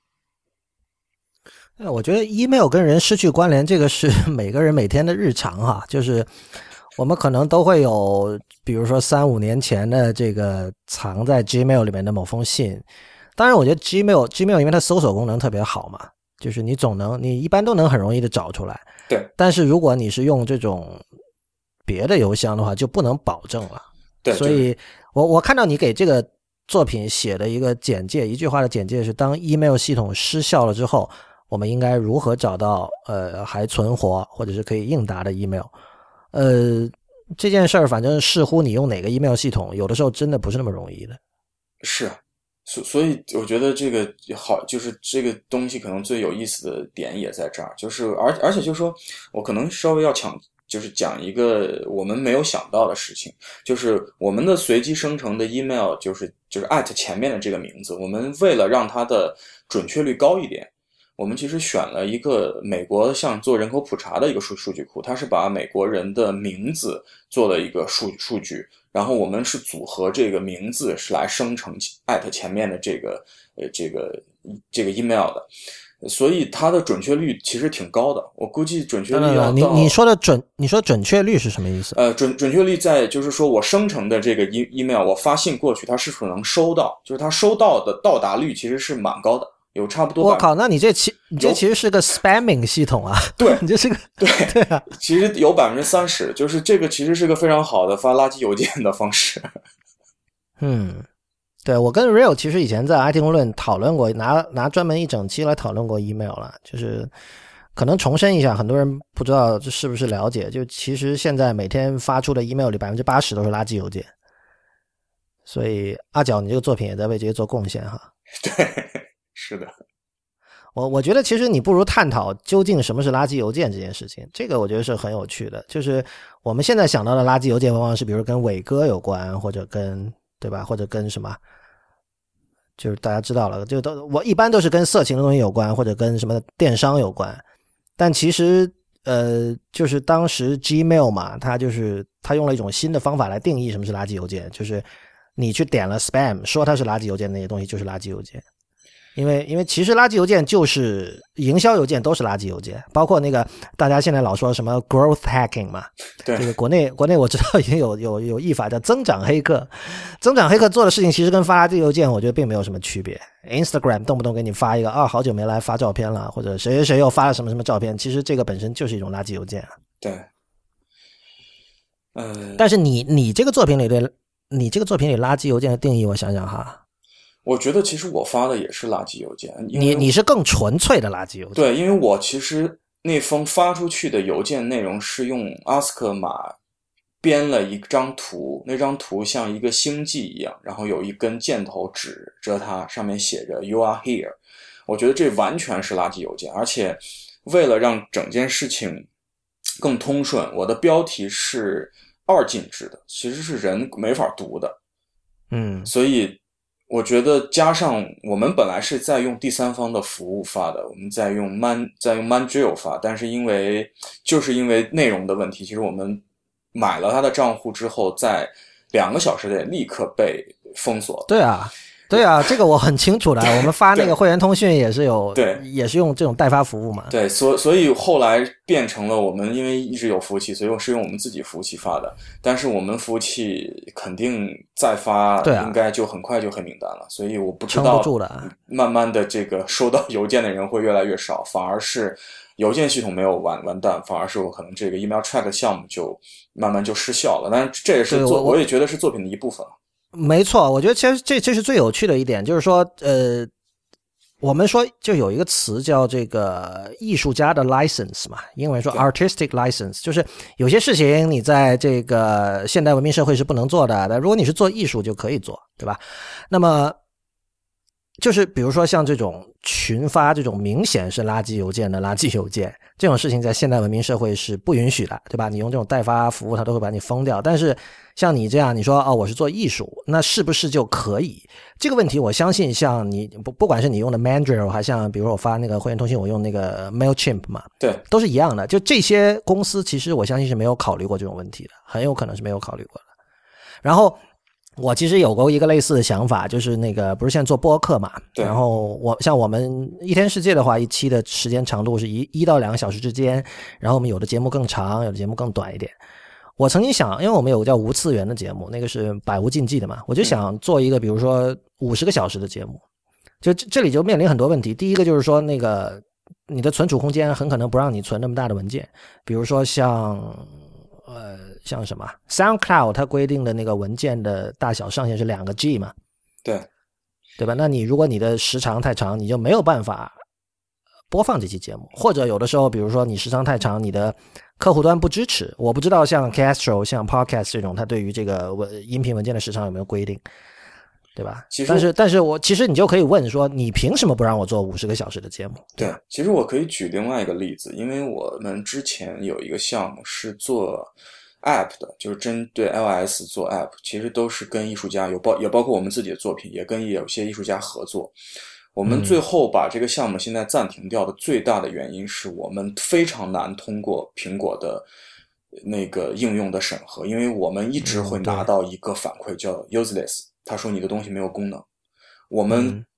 我觉得 email 跟人失去关联，这个是每个人每天的日常哈，就是我们可能都会有，比如说三五年前的这个藏在 Gmail 里面的某封信。当然我觉得 Gmail Gmail 因为它搜索功能特别好嘛，就是你总能你一般都能很容易的找出来。 对。 但是如果你是用这种别的邮箱的话，就不能保证了。 对。 所以我我看到你给这个作品写的一个简介，一句话的简介是：当 email 系统失效了之后，我们应该如何找到呃还存活或者是可以应答的 email。呃，这件事儿反正视乎你用哪个 email 系统，有的时候真的不是那么容易的。 是，所所以我觉得这个好，就是这个东西可能最有意思的点也在这儿，就是而而且就是说我可能稍微要抢，就是讲一个我们没有想到的事情，就是我们的随机生成的 email 就是就是 at 前面的这个名字，我们为了让它的准确率高一点，我们其实选了一个美国像做人口普查的一个数数据库，它是把美国人的名字做了一个数数据，然后我们是组合这个名字是来生成 at 前面的这个呃这个这个 email 的。 所以它的准确率其实挺高的，我估计准确率要到。 你你说的准，你说准确率是什么意思？ 呃，准准确率在就是说我生成的这个 email 我发信过去，它是否能收到，就是它收到的到达率其实是蛮高的，有差不多。 我靠，那你这其你这其实是个 spamming 系统啊！ 对， 你这是个对对啊， 其实有百分之三十，就是这个其实是个非常好的发垃圾邮件的方式。 嗯。对，我跟 Real 其实以前在 I T 公论讨论过，拿拿专门一整期来讨论过 email 了，就是可能重申一下，很多人不知道这是不是了解，就其实现在每天发出的 email 里 百分之八十 都是垃圾邮件，所以阿角你这个作品也在为这些做贡献哈。 对，是的。 我我觉得其实你不如探讨究竟什么是垃圾邮件这件事情，这个我觉得是很有趣的。就是我们现在想到的垃圾邮件往往是比如跟伟哥有关，或者跟对吧？或者跟什么，就是大家知道了，就都我一般都是跟色情的东西有关，或者跟什么电商有关。但其实呃，就是当时 Gmail 嘛，它就是它用了一种新的方法来定义什么是垃圾邮件，就是你去点了 spam， 说它是垃圾邮件，那些东西就是垃圾邮件。因为因为其实垃圾邮件就是营销邮件都是垃圾邮件，包括那个大家现在老说什么 growth hacking 嘛， 对， 这个国内国内我知道已经有有有译法叫增长黑客，增长黑客做的事情其实跟发垃圾邮件我觉得并没有什么区别。Instagram 动不动给你发一个啊好久没来发照片了，或者谁谁谁又发了什么什么照片，其实这个本身就是一种垃圾邮件。 对，呃， 但是你你这个作品里的你这个作品里垃圾邮件的定义，我想想哈。 我觉得其实我发的也是垃圾邮件， 你你是更纯粹的垃圾邮件。 对，因为我其实那封发出去的邮件内容是用阿斯克码编了一张图，那张图像一个星际一样，然后有一根箭头指着它，上面写着 You are here。 我觉得这完全是垃圾邮件，而且为了让整件事情更通顺，我的标题是二进制的，其实是人没法读的。 嗯， 所以我觉得加上我们本来是在用第三方的服务发的，我们在用 Man 在用 Mandrill 发，但是因为就是因为内容的问题，其实我们买了他的账户之后，在两个小时内立刻被封锁了。 对啊，对啊，这个我很清楚的。我们发那个会员通讯也是有， 对， 也是用这种代发服务嘛。 对，所所以后来变成了我们因为一直有服务器，所以我是用我们自己服务器发的。但是我们服务器肯定再发，应该就很快就黑名单了。啊、所以我不知道， 撑不住了。 慢慢的这个收到邮件的人会越来越少，反而是邮件系统没有完完蛋，反而是我可能这个 email track 项目就慢慢就失效了。但是这也是作，我, 我也觉得是作品的一部分。 没错，我觉得其实这这是最有趣的一点，就是说，呃，我们说就有一个词叫这个艺术家的 license 嘛，英文说 artistic license， 就是有些事情你在这个现代文明社会是不能做的，但如果你是做艺术就可以做，对吧？那么就是比如说像这种群发这种明显是垃圾邮件的垃圾邮件，这种事情在现代文明社会是不允许的，对吧？你用这种代发服务它都会把你封掉。但是像你这样你说哦我是做艺术，那是不是就可以？这个问题我相信像你不不管是你用的 Mandrill 还像比如说我发那个会员通信我用那个 Mailchimp 嘛， 对， 都是一样的。就这些公司其实我相信是没有考虑过这种问题的，很有可能是没有考虑过的。然后我其实有过一个类似的想法，就是那个不是现在做播客嘛，然后我像我们一天世界的话，一期的时间长度是一一到两个小时之间，然后我们有的节目更长，有的节目更短一点。我曾经想，因为我们有个叫无次元的节目，那个是百无禁忌的嘛，我就想做一个比如说五十个小时的节目。就这里就面临很多问题，第一个就是说那个你的存储空间很可能不让你存那么大的文件，比如说像呃，像什么 SoundCloud 它规定的那个文件的大小上限是两个 G 嘛， 对对吧？那你如果你的时长太长，你就没有办法播放这期节目，或者有的时候比如说你时长太长，你的客户端不支持，我不知道像 Castro 像 Podcast 这种它对于这个音频文件的时长有没有规定，对吧？其实但是但是我其实你就可以问说，你凭什么不让我做五十个小时的节目？ 对，对，其实我可以举另外一个例子，因为我们之前有一个项目是做 App 的，就是针对 iOS 做 App， 其实都是跟艺术家有包也包括我们自己的作品，也跟有些艺术家合作。我们最后把这个项目现在暂停掉的最大的原因是我们非常难通过苹果的那个应用的审核，因为我们一直会拿到一个反馈叫 useless， 他说你的东西没有功能。我们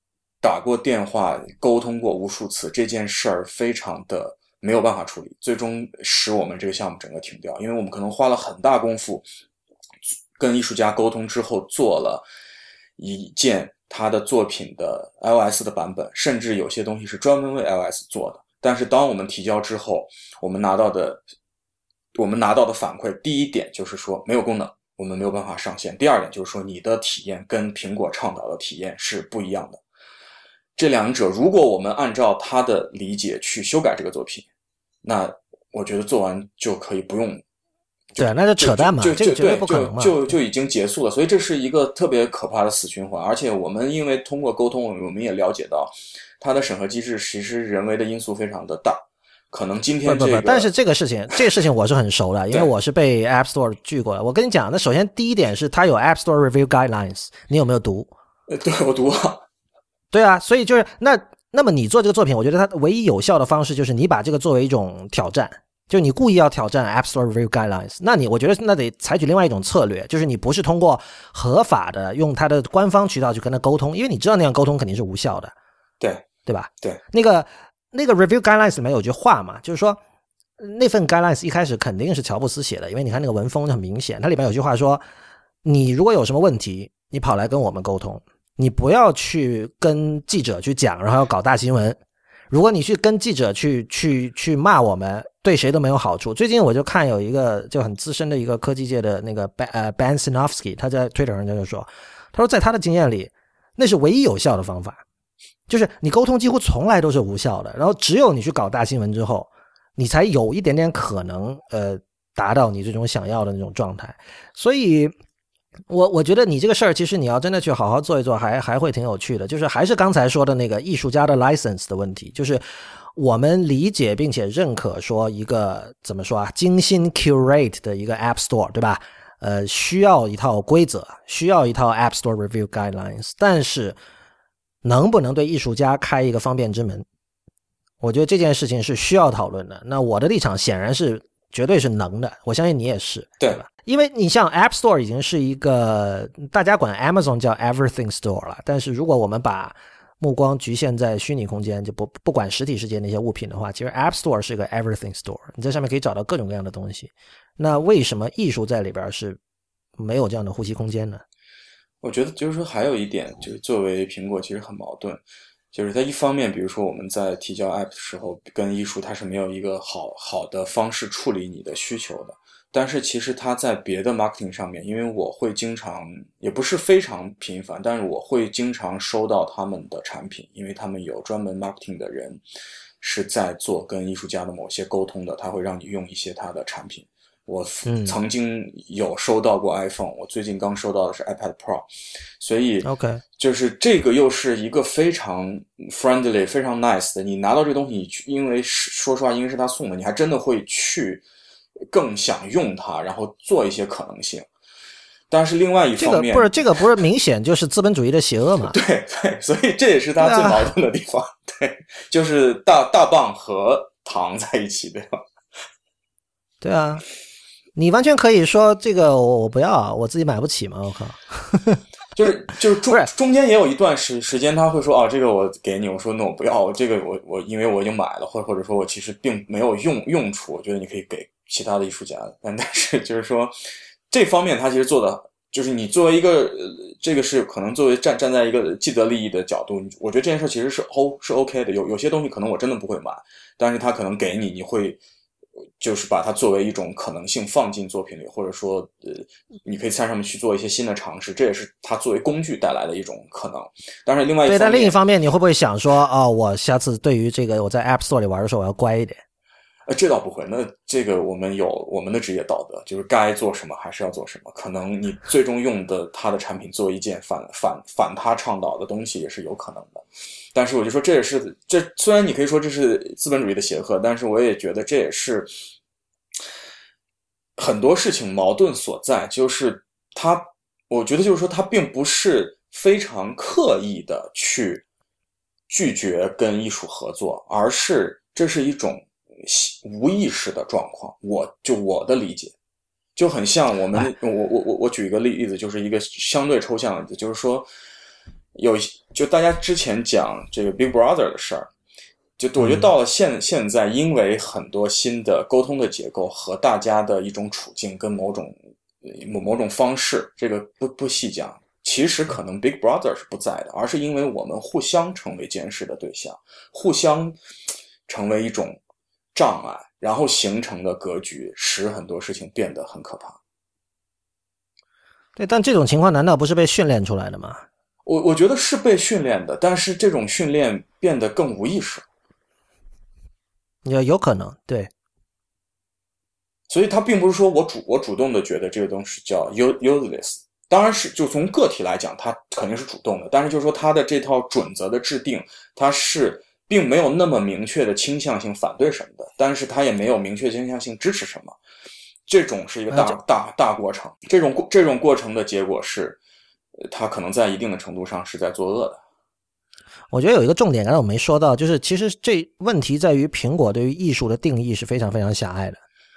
打过电话沟通过无数次，这件事儿非常的没有办法处理，最终使我们这个项目整个停掉。因为我们可能花了很大功夫跟艺术家沟通之后，做了一件他的作品的 iOS 的版本，甚至有些东西是专门为 iOS 做的。但是当我们提交之后，我们拿到的我们拿到的反馈，第一点就是说没有功能，我们没有办法上线。第二点就是说你的体验跟苹果倡导的体验是不一样的。这两者如果我们按照他的理解去修改这个作品，那我觉得做完就可以不用， 对，那就扯淡嘛， 就这个绝对不可能嘛， 就就就已经结束了。所以这是一个特别可怕的死循环。而且我们因为通过沟通，我们也了解到它的审核机制其实人为的因素非常的大。可能今天这个不不不，但是这个事情，这个事情我是很熟的，因为我是被 App Store 拒过的。我跟你讲，那首先第一点是它有 App Store Review Guidelines， 你有没有读？ 呃，对，我读了。 对啊，所以就是那那么你做这个作品，我觉得它唯一有效的方式就是你把这个作为一种挑战，就你故意要挑战 App Store Review Guidelines， 那你我觉得那得采取另外一种策略，就是你不是通过合法的用它的官方渠道去跟他沟通，因为你知道那样沟通肯定是无效的， 对对吧？ 对， 那个那个 Review Guidelines 里面有句话嘛，就是说那份 Guidelines 一开始肯定是乔布斯写的，因为你看那个文风很明显，它里面有句话说，你如果有什么问题，你跑来跟我们沟通。你不要去跟记者去讲，然后要搞大新闻。如果你去跟记者去去去骂我们，对谁都没有好处。最近我就看有一个就很资深的一个科技界的那个呃 Ben Sinofsky， 他在 Twitter 上就说，他说在他的经验里，那是唯一有效的方法，就是你沟通几乎从来都是无效的，然后只有你去搞大新闻之后，你才有一点点可能呃达到你这种想要的那种状态。所以。我我觉得你这个事儿，其实你要真的去好好做一做，还还会挺有趣的。就是还是刚才说的那个艺术家的 license 的问题，就是我们理解并且认可说一个怎么说啊，精心 curate 的一个 App Store， 对吧？呃，需要一套规则，需要一套 App Store Review Guidelines， 但是能不能对艺术家开一个方便之门？我觉得这件事情是需要讨论的。那我的立场显然是绝对是能的，我相信你也是， 对吧？因为你像 App Store 已经是一个大家管 Amazon 叫 Everything Store 了，但是如果我们把目光局限在虚拟空间，就不不管实体世界那些物品的话，其实 App Store 是一个 Everything Store， 你在上面可以找到各种各样的东西。那为什么艺术在里边是没有这样的呼吸空间呢？ 我觉得就是说还有一点，就是作为苹果其实很矛盾，就是它一方面比如说我们在提交 App 的时候跟艺术它是没有一个好好的方式处理你的需求的，但是其实它在别的 marketing 上面，因为我会经常也不是非常频繁，但是我会经常收到他们的产品，因为他们有专门 marketing 的人是在做跟艺术家的某些沟通的，他会让你用一些他的产品。我曾经有收到过 iPhone，嗯，我最近刚收到的是 iPad Pro， 所以 OK， 就是这个又是一个非常 friendly 非常 nice 的，你拿到这个东西，你去因为说实话因为是他送的，你还真的会去更想用它，然后做一些可能性。但是另外一方面， 这个不是这个不是明显就是资本主义的邪恶吗？ 对对，所以这也是它最矛盾的地方。对，啊，对，就是大大棒和糖在一起，对吧？ 对啊，你完全可以说这个我我不要，我自己买不起嘛，我靠。 就是就是中中间也有一段时时间他会说啊，这个我给你，我说那我不要，这个我我因为我已经买了，或者或者说我其实并没有用用处，我觉得你可以给其他的艺术家，但但是就是说这方面他其实做的就是你作为一个这个是可能作为站站在一个既得利益的角度，我觉得这件事其实是 O 是 OK 的，有有些东西可能我真的不会买，但是他可能给你，你会就是把它作为一种可能性放进作品里，或者说呃，你可以在上面去做一些新的尝试，这也是它作为工具带来的一种可能。当然另外一方面，对， 但另一方面你会不会想说哦，我下次对于这个我在 App Store 里玩的时候我要乖一点？ 呃，这倒不会，那这个我们有我们的职业道德，就是该做什么还是要做什么，可能你最终用的他的产品做一件反反反他倡导的东西也是有可能的。但是我就说这也是这虽然你可以说这是资本主义的邪恶，但是我也觉得这也是很多事情矛盾所在，就是他我觉得就是说他并不是非常刻意的去拒绝跟艺术合作，而是这是一种无意识的状况，我就我的理解就很像我们我我我我举一个例子，就是一个相对抽象的例子，就是说有就大家之前讲这个 Big Brother 的事儿，就我觉得到了现现在，因为很多新的沟通的结构和大家的一种处境跟某种某某种方式，这个不不细讲。其实可能 Big Brother 是不在的，而是因为我们互相成为监视的对象，互相成为一种障碍，然后形成的格局使很多事情变得很可怕。 对，但这种情况难道不是被训练出来的吗？ 我我觉得是被训练的，但是这种训练变得更无意识。 有有可能，对。 所以他并不是说我主我主动的觉得这个东西叫 useless。当然是，就从个体来讲，他肯定是主动的，但是就是说他的这套准则的制定，他是并没有那么明确的倾向性反对什么的，但是他也没有明确倾向性支持什么，这种是一个大大大过程。这种这种过程的结果是，他可能在一定的程度上是在作恶的。 我觉得有一个重点，刚才我没说到，就是其实这问题在于苹果对于艺术的定义是非常非常狭隘的，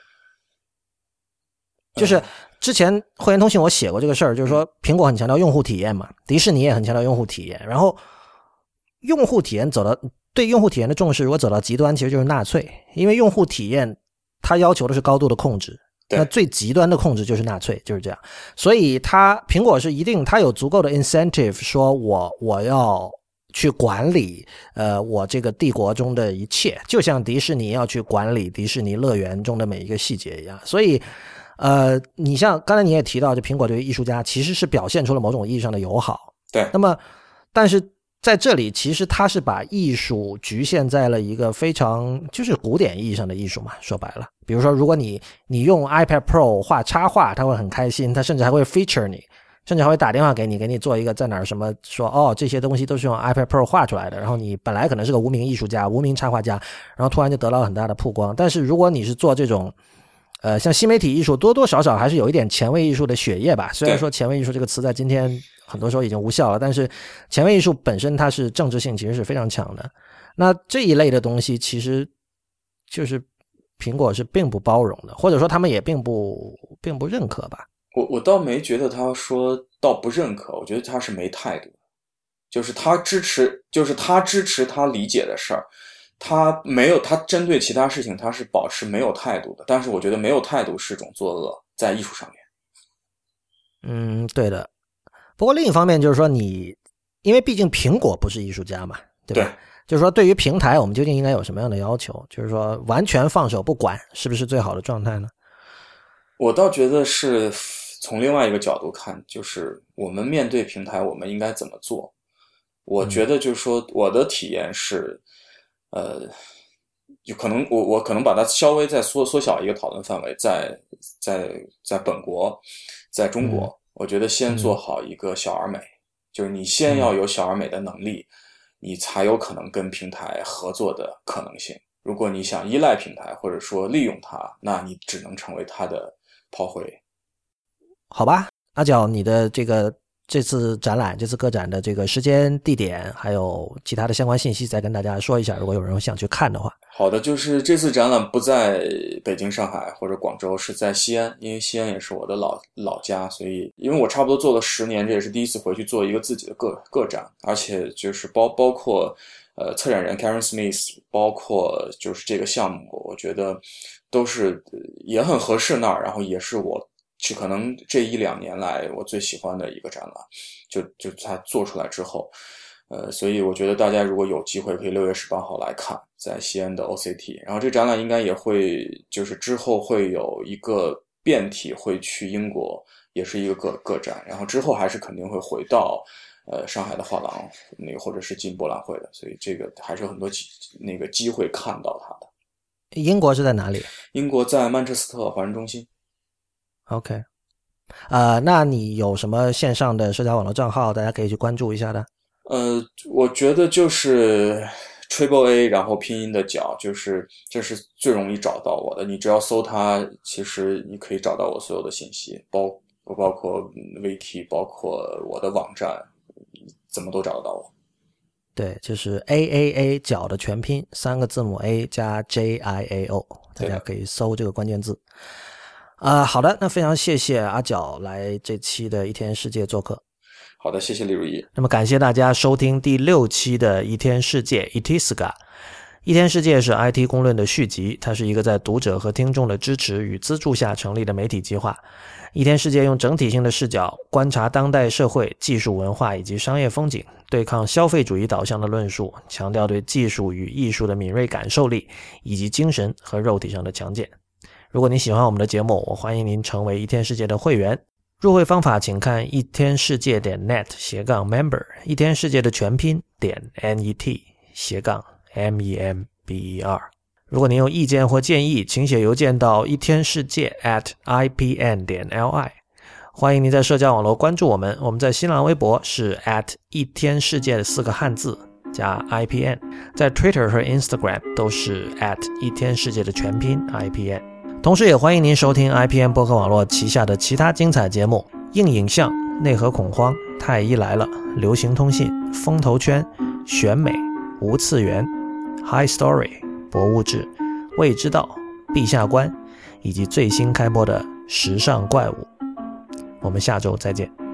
就是之前会员通信我写过这个事儿，就是说苹果很强调用户体验嘛，迪士尼也很强调用户体验，然后用户体验走到对用户体验的重视，如果走到极端，其实就是纳粹，因为用户体验它要求的是高度的控制，那最极端的控制就是纳粹，就是这样。所以它苹果是一定它有足够的 incentive， 说我我要去管理呃我这个帝国中的一切，就像迪士尼要去管理迪士尼乐园中的每一个细节一样。所以呃，你像刚才你也提到，就苹果对于艺术家其实是表现出了某种意义上的友好。 对。 那么，但是在这里，其实它是把艺术局限在了一个非常就是古典意义上的艺术嘛。说白了，比如说，如果你你用 iPad Pro 画插画，他会很开心，他甚至还会 feature 你，甚至还会打电话给你，给你做一个在哪儿什么说哦，这些东西都是用 iPad Pro 画出来的。然后你本来可能是个无名艺术家、无名插画家，然后突然就得到了很大的曝光。但是如果你是做这种呃，像新媒体艺术多多少少还是有一点前卫艺术的血液吧，虽然说前卫艺术这个词在今天很多时候已经无效了，但是前卫艺术本身它是政治性其实是非常强的。那这一类的东西其实就是苹果是并不包容的，或者说他们也并不并不认可吧。 我我倒没觉得他说倒不认可，我觉得他是没态度，就是他支持就是他支持他理解的事儿，他没有，他针对其他事情他是保持没有态度的，但是我觉得没有态度是种作恶，在艺术上面。 嗯，对的。不过另一方面就是说你，因为毕竟苹果不是艺术家嘛，对吧？ 对。 就是说对于平台我们究竟应该有什么样的要求？就是说完全放手不管是不是最好的状态呢？ 我倒觉得是从另外一个角度看，就是我们面对平台我们应该怎么做。我觉得就是说我的体验是呃，有可能我我可能把它稍微再缩缩小一个讨论范围，在在在本国，在中国，嗯、我觉得先做好一个小而美，嗯、就是你先要有小而美的能力，嗯、你才有可能跟平台合作的可能性。如果你想依赖平台或者说利用它，那你只能成为它的炮灰。 好吧，阿角，你的这个。这次展览这次个展的这个时间地点还有其他的相关信息再跟大家说一下，如果有人想去看的话。 好的，就是这次展览不在北京、上海或者广州，是在西安，因为西安也是我的老老家，所以因为我差不多做了十年，这也是第一次回去做一个自己的个个展，而且就是包包括呃策展人 Karen Smith， 包括就是这个项目，我觉得都是也很合适那儿，然后也是我是可能这一两年来我最喜欢的一个展览，就就它做出来之后，呃，所以我觉得大家如果有机会可以六月十八号来看，在西安的 O C T， 然后这展览应该也会就是之后会有一个变体会去英国，也是一个个个展，然后之后还是肯定会回到呃上海的画廊那个或者是进博览会的，所以这个还是有很多那个机会看到它的。 英国是在哪里？ 英国在曼彻斯特华人中心。 OK， 呃，那你有什么线上的社交网络账号大家可以去关注一下的？ 呃，我觉得就是 Triple A， 然后拼音的角，就是这是最容易找到我的。你只要搜它，其实你可以找到我所有的信息，包包括 Wiki， 包括我的网站，怎么都找得到我。 对，就是 A A A 角的全拼，三个字母 A 加 J I A O， 大家可以搜这个关键字。啊、呃，好的，那非常谢谢阿角来这期的一天世界做客。 好的，谢谢李如意。 那么感谢大家收听第六期的一天世界 Itiska。一天世界是 I T 公论的续集，它是一个在读者和听众的支持与资助下成立的媒体计划。一天世界用整体性的视角观察当代社会、技术文化以及商业风景，对抗消费主义导向的论述，强调对技术与艺术的敏锐感受力，以及精神和肉体上的强健。如果你喜欢我们的节目，我欢迎您成为一天世界的会员。入会方法请看一天世界点 net 斜杠 member， 一天世界的全拼点 net 斜杠 member。如果您有意见或建议，请写邮件到一天世界 at ipn 点 li。欢迎您在社交网络关注我们，我们在新浪微博是 at 一天世界的四个汉字加 ipn， 在 Twitter 和 Instagram 都是 at 一天世界的全拼 ipn。同时也欢迎您收听 I P N 播客网络旗下的其他精彩节目：硬影像、内核恐慌、太医来了、流行通信、风投圈、选美、无次元、High Story、博物志、未知道、陛下观，以及最新开播的时尚怪物。我们下周再见。